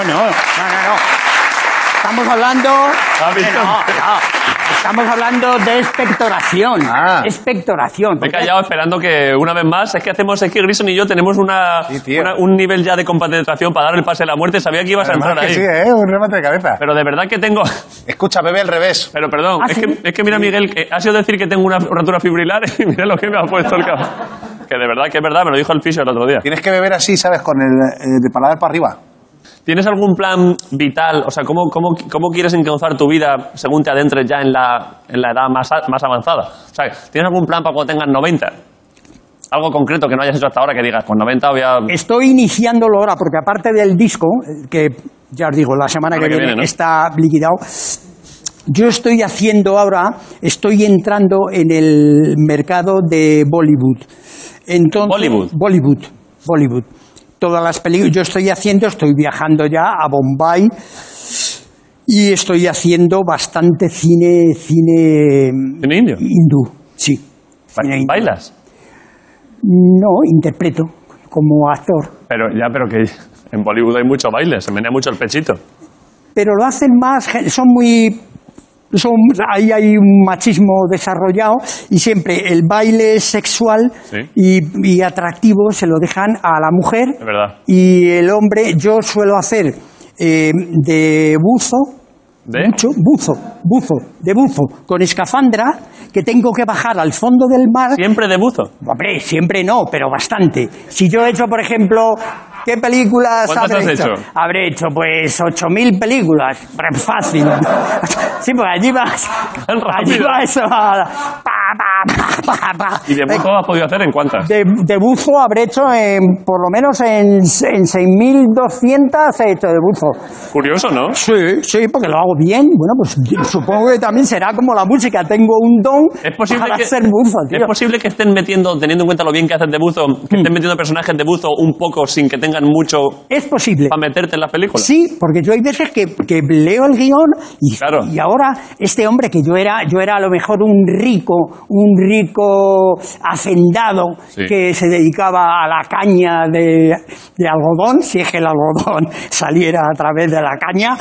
Estamos hablando... Estamos hablando de expectoración. Expectoración. Me he callado esperando que, una vez más, es que Grison y yo tenemos un nivel ya de compenetración para dar el pase a la muerte. Sabía que ibas a entrar ahí. Sí, un remate de cabeza. Pero de verdad que tengo... Escucha, bebe al revés. Pero perdón, es que mira, Miguel, ha sido decir que tengo una rotura fibrilar y mira lo que me ha puesto el cabrón. Que de verdad que es verdad, me lo dijo el fisio el otro día. Tienes que beber así, ¿sabes? Con el de paladar para arriba. ¿Tienes algún plan vital? O sea, ¿cómo quieres encauzar tu vida según te adentres ya en la edad más avanzada? O sea, ¿tienes algún plan para cuando tengas 90? Algo concreto que no hayas hecho hasta ahora que digas, pues 90 voy a... Estoy iniciándolo ahora, porque aparte del disco, que ya os digo, la semana que viene, ¿no? Está liquidado, yo estoy entrando en el mercado de Bollywood. Entonces, Bollywood. Todas las películas, estoy viajando ya a Bombay y estoy haciendo bastante cine indio. Hindú, sí. ¿Bailas? No, interpreto como actor. Pero que en Bollywood hay mucho baile, se menea mucho el pechito. Pero lo hacen más, ahí hay un machismo desarrollado y siempre el baile sexual y atractivo se lo dejan a la mujer. Es verdad. Y el hombre, yo suelo hacer de buzo. ¿De? De buzo, con escafandra, que tengo que bajar al fondo del mar. ¿Siempre de buzo? Hombre, siempre no, pero bastante. Si yo he hecho, por ejemplo, ¿qué películas habré hecho? Habré hecho, pues, 8.000 películas. Fácil. Sí, pues allí vas eso, ¿Y de buzo has podido hacer en cuántas? De buzo habré hecho por lo menos en 6.200 he hecho de buzo. Curioso, ¿no? Sí, porque lo hago bien. Bueno, pues supongo que también será como la música. Tengo un don para ser buzo, tío. ¿Es posible que estén metiendo, teniendo en cuenta lo bien que haces de buzo, que estén metiendo personajes de buzo un poco sin que tengan mucho... Es posible. ¿Para meterte en las películas? Sí, porque yo hay veces que leo el guión y, claro. Y ahora este hombre que yo era a lo mejor un rico hacendado sí. que se dedicaba a la caña de algodón, si es que el algodón saliera a través de la caña,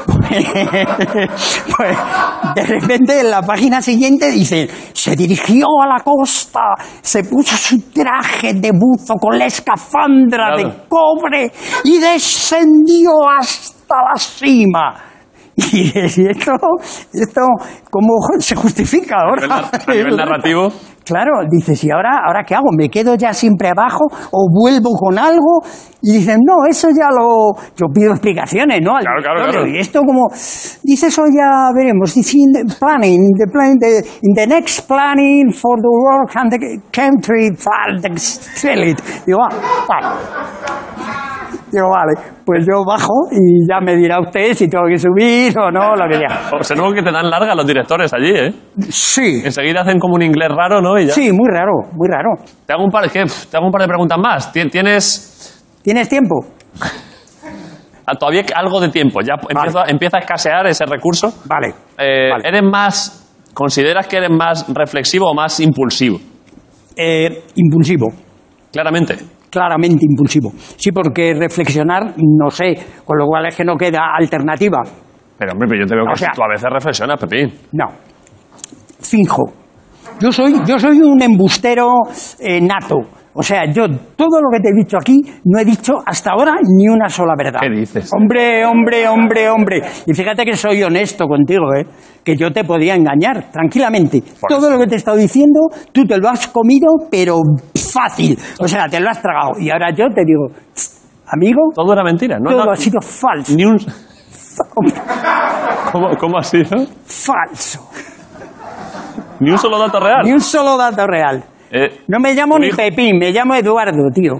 pues de repente en la página siguiente dice, se dirigió a la costa, se puso su traje de buzo con la escafandra de cobre y descendió hasta la cima. Y esto ¿cómo se justifica ahora? A nivel narrativo. Claro, dices, ¿y ahora qué hago? ¿Me quedo ya siempre abajo o vuelvo con algo? Y dicen, no, eso ya yo pido explicaciones, ¿no? Claro. Y esto como, dice, eso ya veremos. Dice, in the next planning for the work and the country, digo, vale, pues yo bajo y ya me dirá usted si tengo que subir o no, lo que sea. Observo que te dan largas los directores allí, ¿eh? Sí. Enseguida hacen como un inglés raro, ¿no? Y ya. Sí, muy raro. Te hago un par de preguntas más. ¿Tienes tiempo? Todavía algo de tiempo. Ya empieza a escasear ese recurso. Vale. ¿Consideras que eres más reflexivo o más impulsivo? Impulsivo. Claramente impulsivo. Sí, porque reflexionar, no sé, con lo cual es que no queda alternativa. Pero, hombre, yo te veo que tú a veces reflexionas, Pepín. No. Finjo. Yo soy un embustero nato. O sea, yo todo lo que te he dicho aquí no he dicho hasta ahora ni una sola verdad. ¿Qué dices? Hombre. Y fíjate que soy honesto contigo, que yo te podía engañar tranquilamente. Todo lo que te he estado diciendo, tú te lo has comido, pero fácil. O sea, te lo has tragado. Y ahora yo te digo, amigo... Todo era mentira, ¿no? Todo ha sido falso. Ni un... ¿Cómo ha sido? Falso. Ni un solo dato real. Ni un solo dato real. No me llamo ni Pepín, me llamo Eduardo, tío.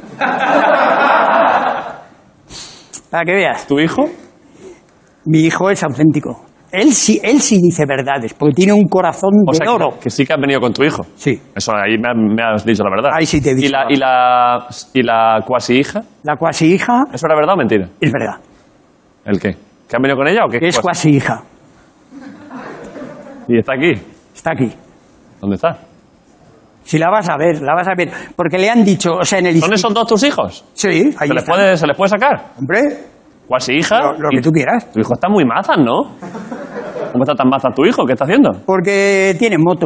Para que veas. ¿Tu hijo? Mi hijo es auténtico. Él sí dice verdades, porque tiene un corazón de oro. Que sí que has venido con tu hijo. Sí. Eso ahí me has dicho la verdad. Ahí sí te he dicho. ¿Y la cuasi hija? La cuasi hija. ¿Eso era verdad o mentira? Es verdad. ¿El qué? ¿Que han venido con ella o qué? Es cuasi hija. ¿Y está aquí? Está aquí. ¿Dónde está? Si la vas a ver, porque le han dicho, o sea, en el ¿Son esos dos tus hijos? Sí, ahí ¿Se les puede sacar? Hombre. ¿Cuasi hija? Lo que tú quieras. Tu hijo está muy mazas, ¿no? ¿Cómo está tan mazas tu hijo? ¿Qué está haciendo? Porque tiene moto.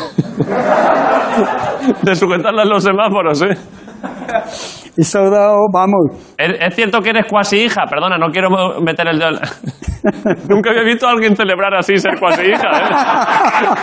De sujetarla en los semáforos, ¿eh? Eso vamos. ¿Es cierto que eres cuasi hija? Perdona, no quiero meter el dedo. Nunca había visto a alguien celebrar así ser cuasi hija, ¿eh?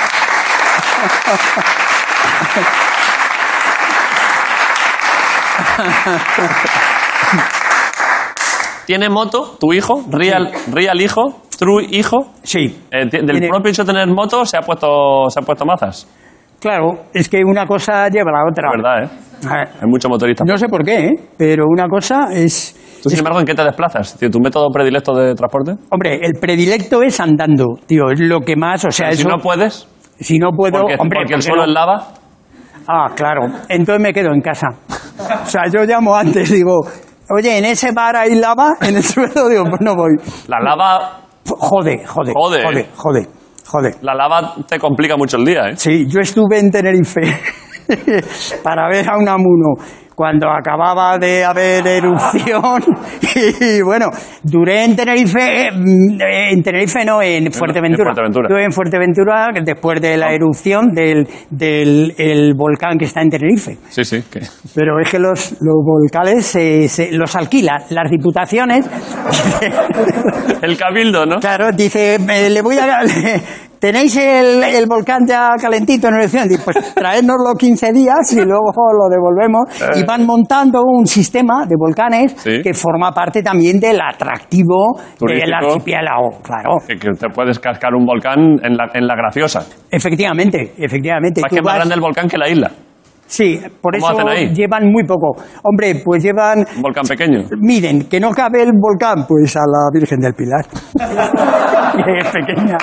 ¿Tiene moto tu hijo? ¿Real hijo? ¿True hijo? Sí. ¿Del propio hecho de tener moto se ha puesto mazas? Claro, es que una cosa lleva a la otra. Es verdad, ¿eh? Hay muchos motoristas. No sé por qué, pero una cosa es... ¿Tú, sin embargo, en qué te desplazas? Tío, ¿tu método predilecto de transporte? Hombre, el predilecto es andando, tío. Es lo que más, o sea... Si no puedes... Si no puedo... Porque el suelo es lava... Ah, claro. Entonces me quedo en casa. O sea, yo llamo antes, digo... Oye, en ese bar hay lava, en el suelo, digo, pues no voy. La lava... Jode. La lava te complica mucho el día, ¿eh? Sí, yo estuve en Tenerife para ver a Unamuno cuando acababa de haber erupción y bueno, duré en Tenerife no, en Fuerteventura. Estuve en Fuerteventura después de la erupción del volcán que está en Tenerife. Sí. Pero es que los volcanes los alquilan las diputaciones El cabildo, ¿no? Claro, dice, le voy a... ¿Tenéis el volcán ya calentito en elección? Dice, pues traédnoslo 15 días y luego lo devolvemos. Y van montando un sistema de volcanes que forma parte también del atractivo del archipiélago. Claro. Que te puedes cascar un volcán en la Graciosa. Efectivamente. Es que es más grande el volcán que la isla. Sí, por eso hacen ahí? llevan muy poco. Hombre, pues llevan... Un volcán pequeño. Miren, que no cabe el volcán, pues a la Virgen del Pilar. Que es pequeña.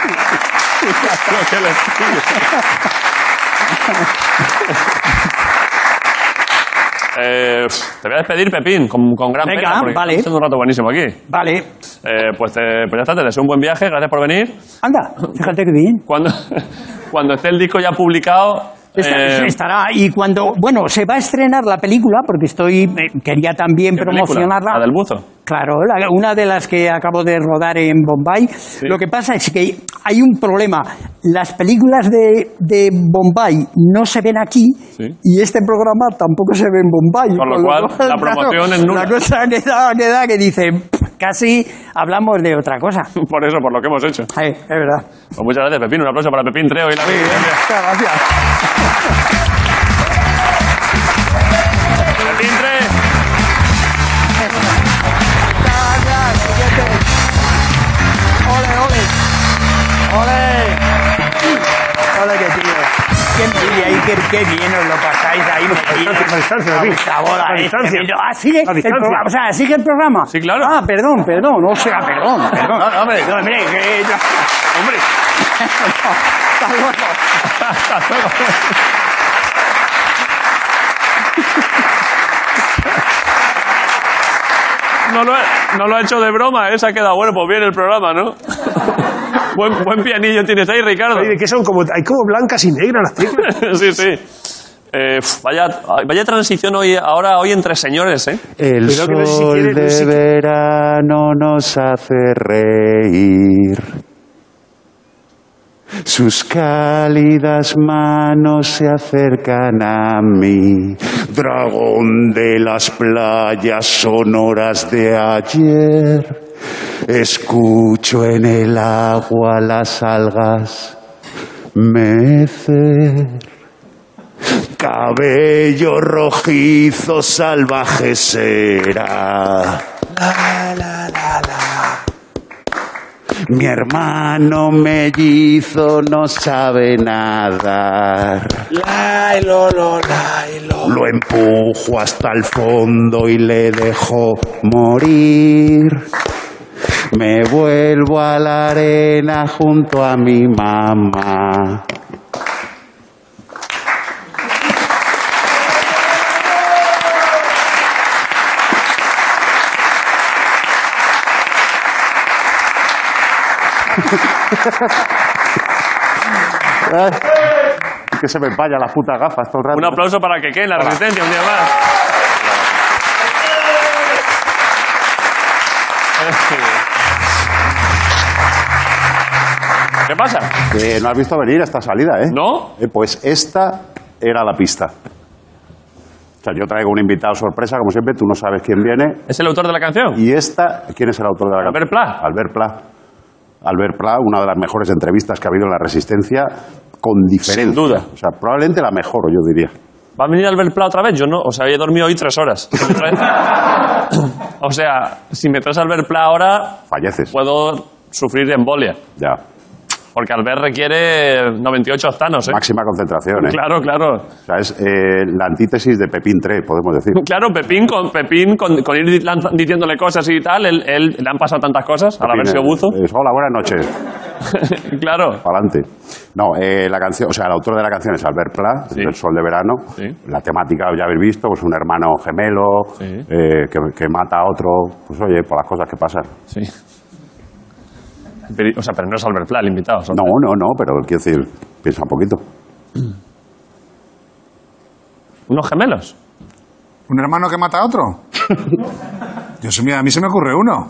Te voy a despedir, Pepín, con gran pena, porque vale. estamos haciendo un rato buenísimo aquí. Vale. Pues ya está, te deseo un buen viaje, gracias por venir. Anda, fíjate que bien. Cuando esté el disco ya publicado... Estará, y cuando, se va a estrenar la película, porque quería también promocionarla. ¿La del buzo? Claro, una de las que acabo de rodar en Bombay. Sí. Lo que pasa es que hay un problema. Las películas de Bombay no se ven aquí, y este programa tampoco se ve en Bombay. Con lo cual, la promoción es nula. La cosa queda que dice, casi hablamos de otra cosa. Por eso, por lo que hemos hecho. Es verdad. Pues muchas gracias, Pepín. Un aplauso para Pepín Treo y la vida. Muchas gracias. Pepín Treo. Ole, qué tío. Qué envidia y qué bien os lo pasáis ahí. ¿Sigue el programa? O sea, ¿sigue el programa? Sí, claro. Ah, perdón. O sea, perdón. No, hombre. Hombre. Hasta luego. No lo ha hecho de broma, se ha quedado bueno, pues bien el programa, ¿no? buen pianillo tienes ahí, Ricardo. Oye, ¿qué son? Hay como blancas y negras las teclas. Sí. Vaya transición hoy entre señores, ¿eh? El sol de verano nos hace reír. Sus cálidas manos se acercan a mí. Dragón de las playas sonoras de ayer. Escucho en el agua las algas mecer. Cabello rojizo salvaje será. Mi hermano mellizo no sabe nadar. Lo empujo hasta el fondo y le dejo morir. Me vuelvo a la arena junto a mi mamá. Que se me vaya las putas gafas todo el rato. Un aplauso para que en la Resistencia un día más. ¿Qué pasa? Que no has visto venir esta salida, ¿eh? ¿No? Pues esta era la pista. O sea, yo traigo un invitado sorpresa, como siempre, tú no sabes quién viene. ¿Es el autor de la canción? Y esta, ¿quién es el autor de la canción? Albert Pla. Albert Pla, una de las mejores entrevistas que ha habido en La Resistencia, con diferencia. Sin duda. O sea, probablemente la mejor, yo diría. ¿Va a venir Albert Pla otra vez? Yo no, he dormido hoy 3 horas. O sea, si me traes Albert Pla ahora... Falleces. Puedo sufrir embolia. Ya. Porque Albert requiere 98 octanos, ¿eh? Máxima concentración, ¿eh? Claro. O sea, es la antítesis de Pepín 3, podemos decir. Claro, Pepín con ir diciéndole cosas y tal, él le han pasado tantas cosas al haber sido buzo. Hola, buenas noches. Claro. Adelante. No, la canción, o sea, el autor de la canción es Albert Pla, El sol de verano. Sí. La temática ya habéis visto, pues un hermano gemelo que mata a otro, pues oye, por las cosas que pasan. Sí. Pero no es Albert Pla el invitado. No, pero quiero decir, piensa un poquito. ¿Unos gemelos? ¿Un hermano que mata a otro? A mí se me ocurre uno.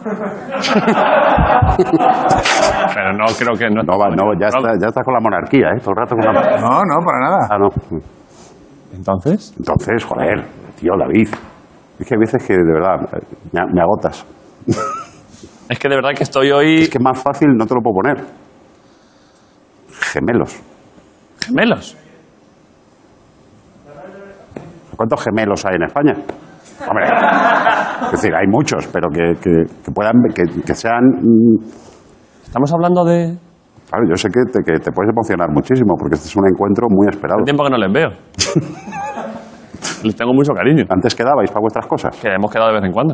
Pero no creo que... ya está con la monarquía, ¿eh? Todo el rato con la... No, para nada. Ah, no. ¿Entonces? Joder, tío, David. Es que hay veces que, de verdad, me agotas. Es que de verdad que estoy hoy... Es que más fácil no te lo puedo poner. Gemelos. ¿Gemelos? ¿Cuántos gemelos hay en España? Hombre, es decir, hay muchos, pero que puedan, que sean... Estamos hablando de... Claro, yo sé que te puedes emocionar muchísimo, porque este es un encuentro muy esperado. Hace tiempo que no les veo. Les tengo mucho cariño. ¿Antes quedabais para vuestras cosas? Que hemos quedado de vez en cuando.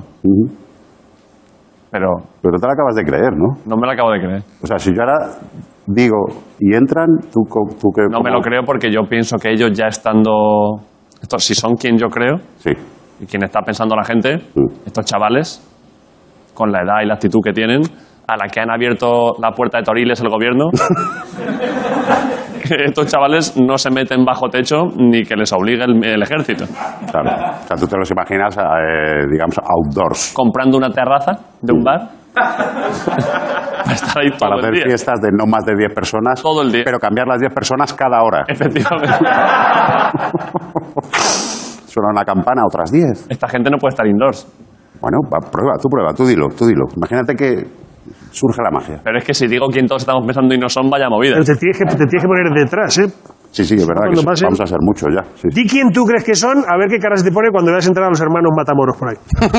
Pero no te la acabas de creer, ¿no? No me lo acabo de creer. O sea, si yo ahora digo, y entran, tú que... No me lo creo porque yo pienso que ellos ya estando... si son quien yo creo, sí, y quien está pensando la gente, estos chavales, con la edad y la actitud que tienen, a la que han abierto la puerta de Toriles el gobierno, que estos chavales no se meten bajo techo ni que les obligue el ejército. Claro. O sea, tú te los imaginas, digamos, outdoors. Comprando una terraza de un bar. Para estar ahí todo para el hacer día. Fiestas de no más de 10 personas. Todo el día. Pero cambiar las 10 personas cada hora. Efectivamente. Suena una campana, otras 10. Esta gente no puede estar indoors. Bueno, prueba, tú dilo. Imagínate que surge la magia. Pero es que si digo quién todos estamos pensando y no son, vaya movida. Pero te tienes que poner detrás, ¿eh? Sí, es verdad que pase, vamos a ser muchos ya. Sí. Di quién tú crees que son, a ver qué caras te pone cuando veas entrar a los hermanos Matamoros por ahí.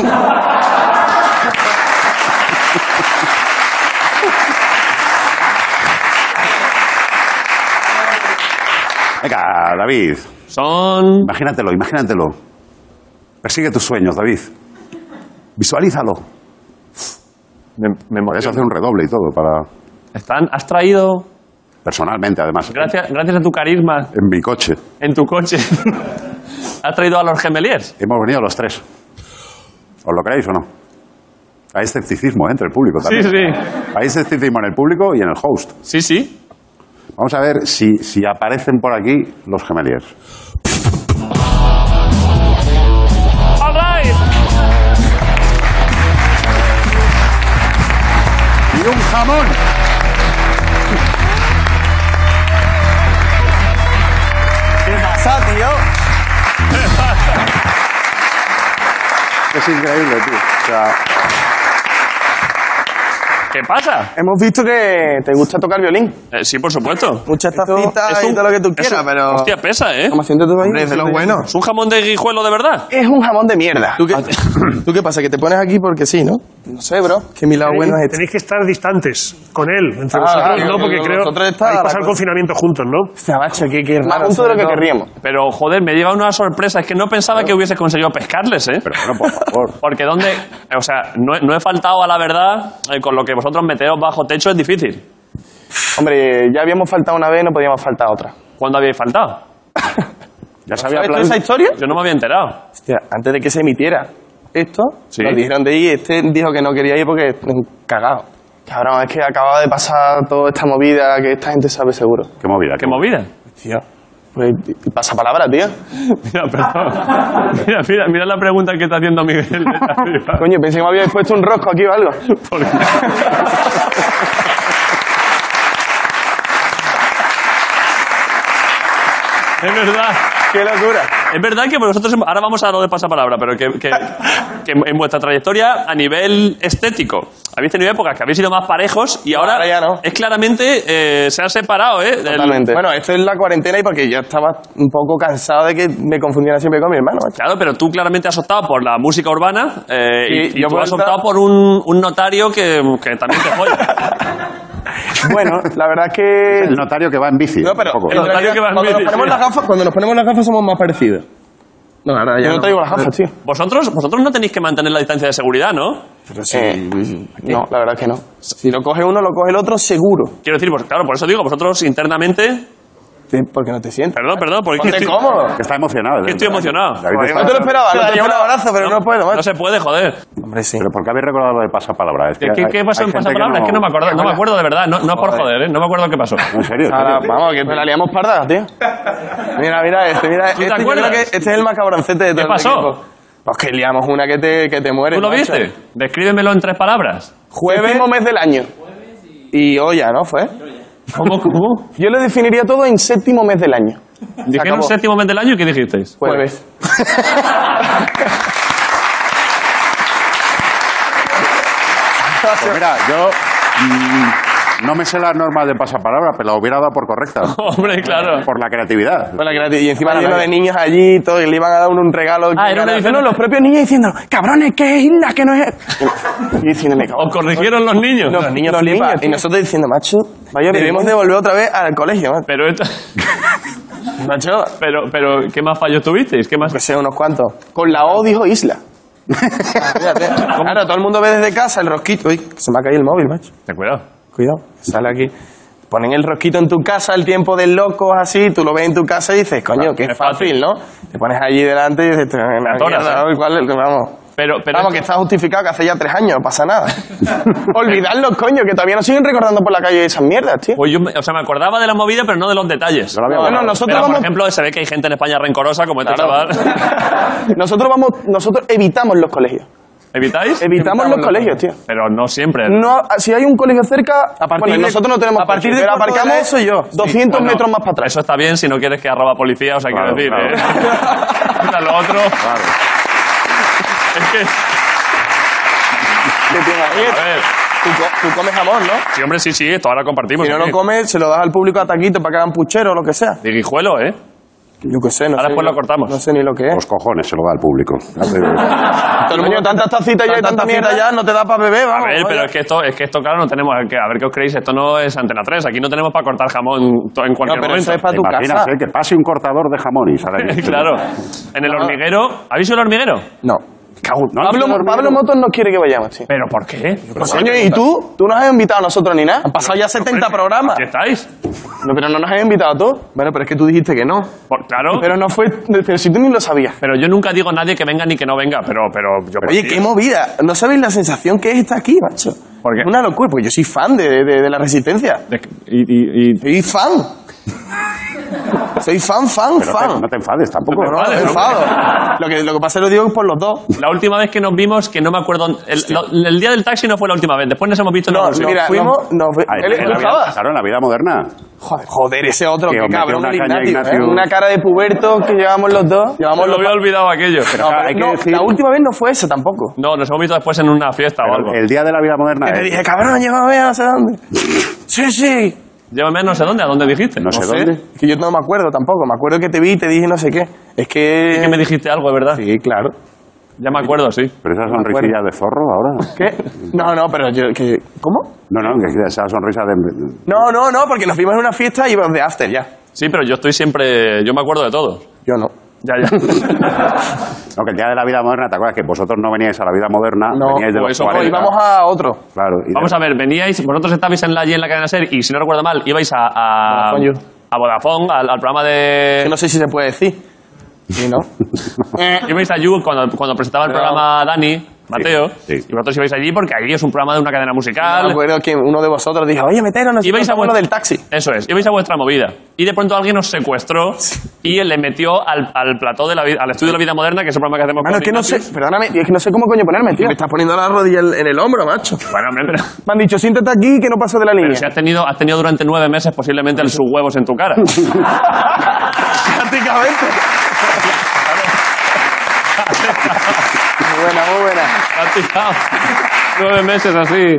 Venga, David. Son... Imagínatelo. Persigue tus sueños, David. Visualízalo. Me Puedes hacer un redoble y todo para... Has traído... Personalmente, además. Gracias a tu carisma. En mi coche. En tu coche. ¿Has traído a los gemeliers? Hemos venido los tres. ¿Os lo creéis o no? Hay escepticismo entre el público también. Sí. Hay escepticismo en el público y en el host. Sí. Vamos a ver si aparecen por aquí los gemeliers. All right. ¡Y un jamón! ¿Qué pasa, tío? Es increíble, tío. O sea... ¿Qué pasa? Hemos visto que te gusta tocar violín. Sí, por supuesto. Muchas tacitas y todo lo que tú quieras, pero... Hostia, pesa, ¿eh? ¿Cómo sientes tú ahí? Hombre, es de lo bueno. ¿Es un jamón de guijuelo de verdad? Es un jamón de mierda. ¿Tú qué pasa? Que te pones aquí porque sí, ¿no? No sé, bro. Que mi lado bueno es este. Tenéis que estar distantes con él, entre claro, vosotros, ¿no? Porque creo nosotros está que la pasar el cosa. confinamiento juntos, ¿no? Hostia, macho, qué raro. Más juntos de lo que querríamos. Pero, joder, me lleva una sorpresa. Es que no pensaba que hubiese conseguido pescarles, ¿eh? Pero bueno, por favor. Porque ¿dónde...? O sea, no he faltado a la verdad. Con lo que vosotros meteos bajo techo es difícil. Hombre, ya habíamos faltado una vez, no podíamos faltar otra. ¿Cuándo habíais faltado? Ya sabía ¿Sabes tú esa historia? Yo no me había enterado. Hostia, antes de que se emitiera esto, Sí. nos dijeron de ir, dijo que no quería ir porque es un cagado. Cabrón, es que acaba de pasar toda esta movida que esta gente sabe seguro. ¿Qué movida? ¿Qué movida? Tío, pues pasa palabra, tío. Mira, perdón. Mira la pregunta que está haciendo Miguel. Coño, pensé que me habíais puesto un rosco aquí o algo. ¿Por qué? Es verdad. ¡Qué locura! Es verdad que vosotros, ahora vamos a lo de pasapalabra, pero que en vuestra trayectoria a nivel estético habéis tenido épocas que habéis sido más parejos y ahora ya no. es claramente se han separado, ¿eh? Totalmente. Bueno, esto es la cuarentena y porque yo estaba un poco cansado de que me confundieran siempre con mi hermano. Macho. Claro, pero tú claramente has optado por la música urbana y yo tú por has el optado por un notario que también te joya. Bueno, la verdad es que... El notario que va en bici. No, pero un poco. en realidad, Cuando nos ponemos las gafas somos más parecidos. No, ahora ya yo no traigo las gafas, tío. Vosotros no tenéis que mantener la distancia de seguridad, ¿no? Pero sí. No, la verdad es que no. Si lo coge uno, lo coge el otro, seguro. Quiero decir, claro, por eso digo, vosotros internamente... Sí, porque no te sientes. Perdón, porque Ponte cómodo. Que está emocionado. que estoy emocionado. David está- No te lo esperaba, no te llevo un abrazo, pero no puedo, No macho. se puede, joder. Hombre, sí. Pero ¿por qué habéis recordado lo de pasapalabra? Es que ¿Qué pasó hay en gente pasapalabra? Es que no me acuerdo, no me acuerdo de verdad. No por joder, ¿eh? No me acuerdo qué pasó. En serio, Ahora, vamos, que la liamos parda, tío. Mira este, mira. ¿Tú te Este, yo acuerdas? creo que este es el más cabroncete de todo el pasó? equipo. Pues que liamos una que te muere. ¿Tú lo macho. viste? Descríbemelo en 3 palabras. Séptimo mes del año. Y olla, ¿no? Fue. ¿Cómo? Yo lo definiría todo en séptimo mes del año. Dijeron acabó. séptimo mes del año y ¿qué dijisteis? Jueves. Pues mira, yo no me sé las normas de pasapalabra, pero la hubiera dado por correcta. Hombre, claro. Por la creatividad. Y encima lleno de niños allí y todo, y le iban a dar un regalo. Era una edición. No, los propios niños diciendo, cabrones, que es Isla, que no es. Y diciéndome, ¿Os corrigieron los niños? Los niños flipan. Y nosotros diciendo, macho, vaya, debemos de volver otra vez al colegio, macho. Pero esto... Macho. Pero, ¿qué más fallos tuvisteis? ¿Qué más? Que sé, unos cuantos. Con la O dijo Isla. Fíjate. Claro, todo el mundo ve desde casa el rosquito. Uy, se me ha caído el móvil, macho. Ten cuidado. Cuidado, sale aquí. Ponen el rosquito en tu casa, el tiempo del loco, así, tú lo ves en tu casa y dices, coño, que es fácil, ¿no? Te pones allí delante y dices, vamos. Pero vamos, que está justificado que hace ya 3 años, no pasa nada. Olvidadlo, coño, que todavía nos siguen recordando por la calle esas mierdas, tío. Pues me acordaba de la movida, pero no de los detalles. Bueno, nosotros Por ejemplo, se ve que hay gente en España rencorosa como este chaval. Nosotros evitamos los colegios. ¿Evitáis? Evitamos los colegios, tío. Pero no siempre. No, si hay un colegio cerca, nosotros no tenemos. A partir de pero aparcamos eso yo. 200 metros más para atrás. Eso está bien si no quieres que arroba policía, o sea, quiero decir. Claro. Lo otro. Claro. Es que. A ver, tú comes jamón, ¿no? Sí, hombre, sí, esto ahora compartimos. Si no lo comes, se lo das al público a taquito para que hagan puchero o lo que sea. De guijuelo, ¿eh? Yo qué sé, no sé. Ahora después lo cortamos. No sé ni lo que es. Los cojones se lo da al público. Todo el mundo, tantas tacitas ya y tanta mierda ya, no te da para beber, vamos. A ver, pero es que esto, claro, no tenemos. A ver qué os creéis, esto no es Antena 3. Aquí no tenemos para cortar jamón en cualquier pero momento. eso es para tu Imaginas, casa. que pase un cortador de jamón y sale aquí. Claro. En el hormiguero. ¿Habéis ido al hormiguero? No. Pablo Motos no quiere que vayamos, tío. ¿Pero por qué? Pues, coño, ¿y tú? Tú nos has invitado a nosotros ni nada. Han pasado ya 70 programas. ¿Qué estáis? No, pero no nos has invitado tú. Bueno, pero es que tú dijiste que no. Claro. Pero no fue. Pero si tú ni lo sabías. Pero yo nunca digo a nadie que venga ni que no venga, pero yo. Oye, qué movida. ¿No sabéis la sensación que es estar aquí, macho? ¿Por qué? Es una locura, porque yo soy fan de la Resistencia. Soy fan. Soy fan. No te enfades tampoco. No me enfado. Lo que pasa lo digo por los dos. La última vez que nos vimos, que no me acuerdo. El día del taxi no fue la última vez. Después nos hemos visto en la mira, fuimos. Claro, en la vida moderna. Joder, ese otro, que que cabrón, una el caña Ignacio. Ignacio. Una cara de puberto que llevamos los dos. Lo había olvidado aquello. La última vez no fue esa tampoco. No, nos hemos visto después en una fiesta o algo. El día de la vida moderna. Que te dije, cabrón, llévame a no sé dónde. Sí. Llévame a no sé dónde, ¿a dónde dijiste? No sé dónde. Que yo no me acuerdo tampoco. Me acuerdo que te vi y te dije no sé qué. Es que me dijiste algo, de verdad. Sí, claro. Ya me acuerdo, sí. Pero esa sonrisilla de forro ahora. ¿Qué? No, pero yo... ¿Cómo? No, que esa sonrisa de... No, porque nos vimos en una fiesta y íbamos de after ya. Sí, pero yo estoy siempre... Yo me acuerdo de todo. Yo no. Ya. No, que el día de la vida moderna, ¿te acuerdas que vosotros no veníais a la vida moderna? No, veníais de los eso 40. íbamos a otro. Claro. Vamos a ver, veníais... Vosotros estabais allí en la cadena SER y, si no recuerdo mal, ibais a Vodafone, al programa de... Que no sé si se puede decir. Sí, ¿no? Ibais a You cuando presentaba el programa Dani, Mateo, y vosotros ibais allí porque allí es un programa de una cadena musical. No me acuerdo que uno de vosotros dijo, oye, meteros, no sé ibais a lo del taxi. Eso es, ibais a vuestra movida. Y de pronto alguien os secuestró y le metió al plató al estudio de la vida moderna, que es el programa que hacemos Bueno, con es que no Ignacio. sé, perdóname, es que no sé cómo coño ponerme, tío. Me estás poniendo la rodilla en el hombro, macho. Bueno, hombre, pero... Me han dicho, siéntate aquí que no paso de la línea. Pero si has tenido durante 9 meses posiblemente el subhuevos en tu cara. Prácticamente. Muy buena. Has tirado 9 meses así.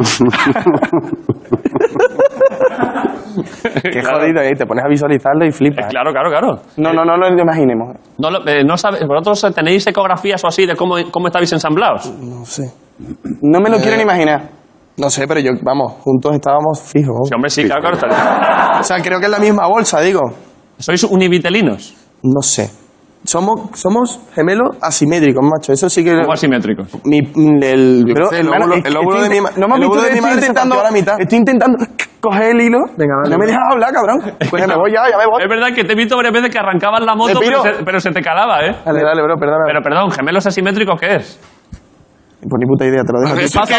Qué jodido, te pones a visualizarlo y flipas. Claro. No lo imaginemos. No sabes, ¿vosotros tenéis ecografías o así de cómo estabais ensamblados? No sé. No me lo quiero ni imaginar. No sé, pero juntos estábamos fijos. Sí, hombre, sí, claro. O sea, creo que es la misma bolsa, digo. ¿Sois univitelinos? No sé. Somos gemelos asimétricos, macho. Eso sí que... ¿Cómo asimétricos? El óvulo de mi madre. No me has visto que estoy intentando coger el hilo. Venga, vale. No me dejas hablar, cabrón. Pues me voy ya me voy. Es verdad que te he visto varias veces que arrancabas la moto, pero se te calaba, ¿eh? Dale, bro, perdóname. Pero perdón, ¿gemelos asimétricos qué es? Pues ni puta idea, te lo dejo a ti.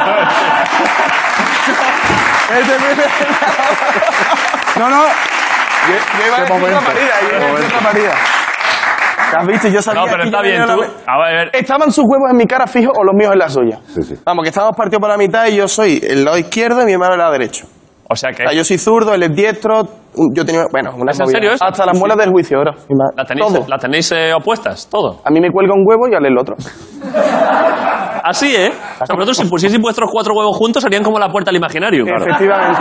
No. Yo iba a decir otra parida. ¿Te has visto? Yo sabía. No, pero está bien, tú. A ver. ¿Estaban sus huevos en mi cara fijos o los míos en la suya? Sí. Vamos, que estábamos partidos por la mitad y yo soy el lado izquierdo y mi hermano el lado derecho. O sea que... yo soy zurdo, él es diestro. Yo tenía... Bueno, una ¿Es en serio eso? hasta las muelas del juicio, ahora. ¿La tenéis opuestas? ¿Todo? A mí me cuelga un huevo y a él el otro. Así, ¿eh? O sea, vosotros si pusieseis vuestros 4 huevos juntos serían como la puerta al imaginario. Claro. Efectivamente.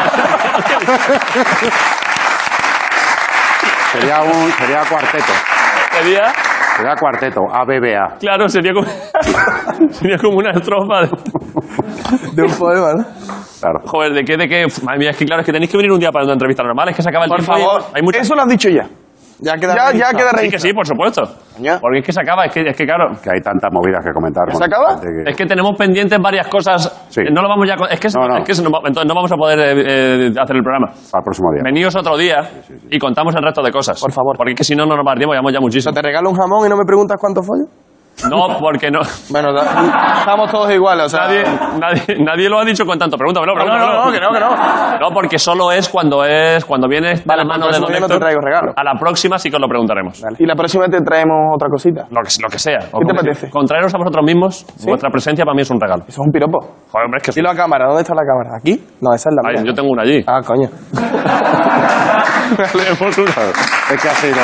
Sería cuarteto. Sería cuarteto, ABBA. Claro, sería como una estrofa de un poema, ¿no? Claro. Joder, ¿de qué? Madre mía, es que claro, es que tenéis que venir un día para una entrevista normal, es que se acaba el Por tiempo. favor, hay mucha... eso lo has dicho ya. Ya queda registrado. Sí, que sí, por supuesto. ¿Ya? Porque es que se acaba, es que claro. Que hay tantas movidas que comentar. ¿Se acaba? Es que tenemos pendientes varias cosas. Sí. No lo vamos ya. Es que entonces no vamos a poder hacer el programa. Al próximo día. Veníos otro día y contamos el resto de cosas. Por favor. Porque es que si no, no nos va a dar tiempo, llevamos ya muchísimo. ¿Te regalo un jamón y no me preguntas cuánto follo? No, porque no. Bueno, estamos todos iguales, o sea... Nadie lo ha dicho con tanto. Pregúntamelo. Que no. No, porque solo es cuando vienes de la mano de Don Héctor. No te traigo regalo. A la próxima sí que os lo preguntaremos. Vale. Y la próxima te traemos otra cosita. Lo que sea. ¿Qué te apetece? Con traeros a vosotros mismos, vuestra presencia para mí es un regalo. Eso es un piropo. Joder, hombre, es que... Dilo a cámara, ¿dónde está la cámara? ¿Aquí? No, esa es la mía. Yo tengo una allí. Ah, coño. Es que ha sido...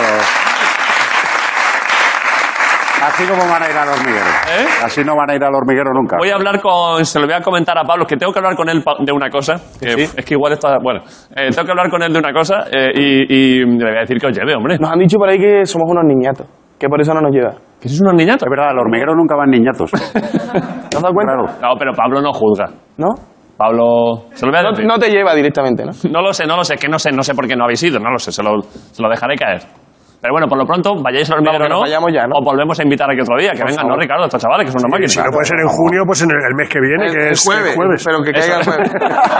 Así como van a ir al hormiguero. Así no van a ir al hormiguero nunca. Voy a hablar se lo voy a comentar a Pablo, que tengo que hablar con él de una cosa. Que es que igual está... Bueno, tengo que hablar con él de una cosa y le voy a decir que os lleve, hombre. Nos han dicho por ahí que somos unos niñatos, que por eso no nos lleva. ¿Que sois unos niñatos? Es verdad, al hormiguero nunca van niñatos. ¿Te has dado cuenta? Claro. No, pero Pablo no juzga. ¿No? Pablo... Se lo voy a decir. No te lleva directamente, ¿no? No lo sé, es que no sé por qué no habéis ido, no lo sé, se lo dejaré caer. Pero bueno, por lo pronto, vayáis al hormiguero, ¿no? Vayamos ya, ¿no? O volvemos a invitar aquí otro día, que vengan, ¿no, Ricardo? Estos chavales, que son una máquina. Si no puede ser en junio, pues en el mes que viene, que es el jueves. Pero que caiga el jueves.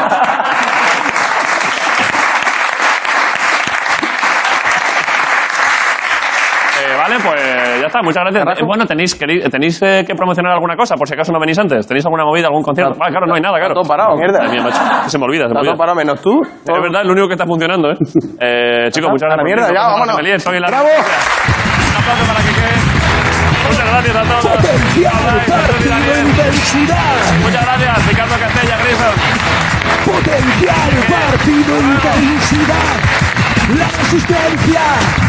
Vale, pues ya está, muchas gracias. Bueno, ¿tenéis que promocionar alguna cosa, por si acaso no venís antes? ¿Tenéis alguna movida, algún concierto? Vale, claro, no hay nada, claro. Está todo parado, mierda. Ay, mía, macho, que se me olvida. Está todo parado, menos tú. Es verdad, es lo único que está funcionando, chicos, muchas gracias. A la mierda, ya, vámonos. ¡Bravo! Un aplauso para que quede. Muchas gracias a todos. Potencial partido intensidad. Muchas gracias, Ricardo Castella, Grison. Potencial partido intensidad. La resistencia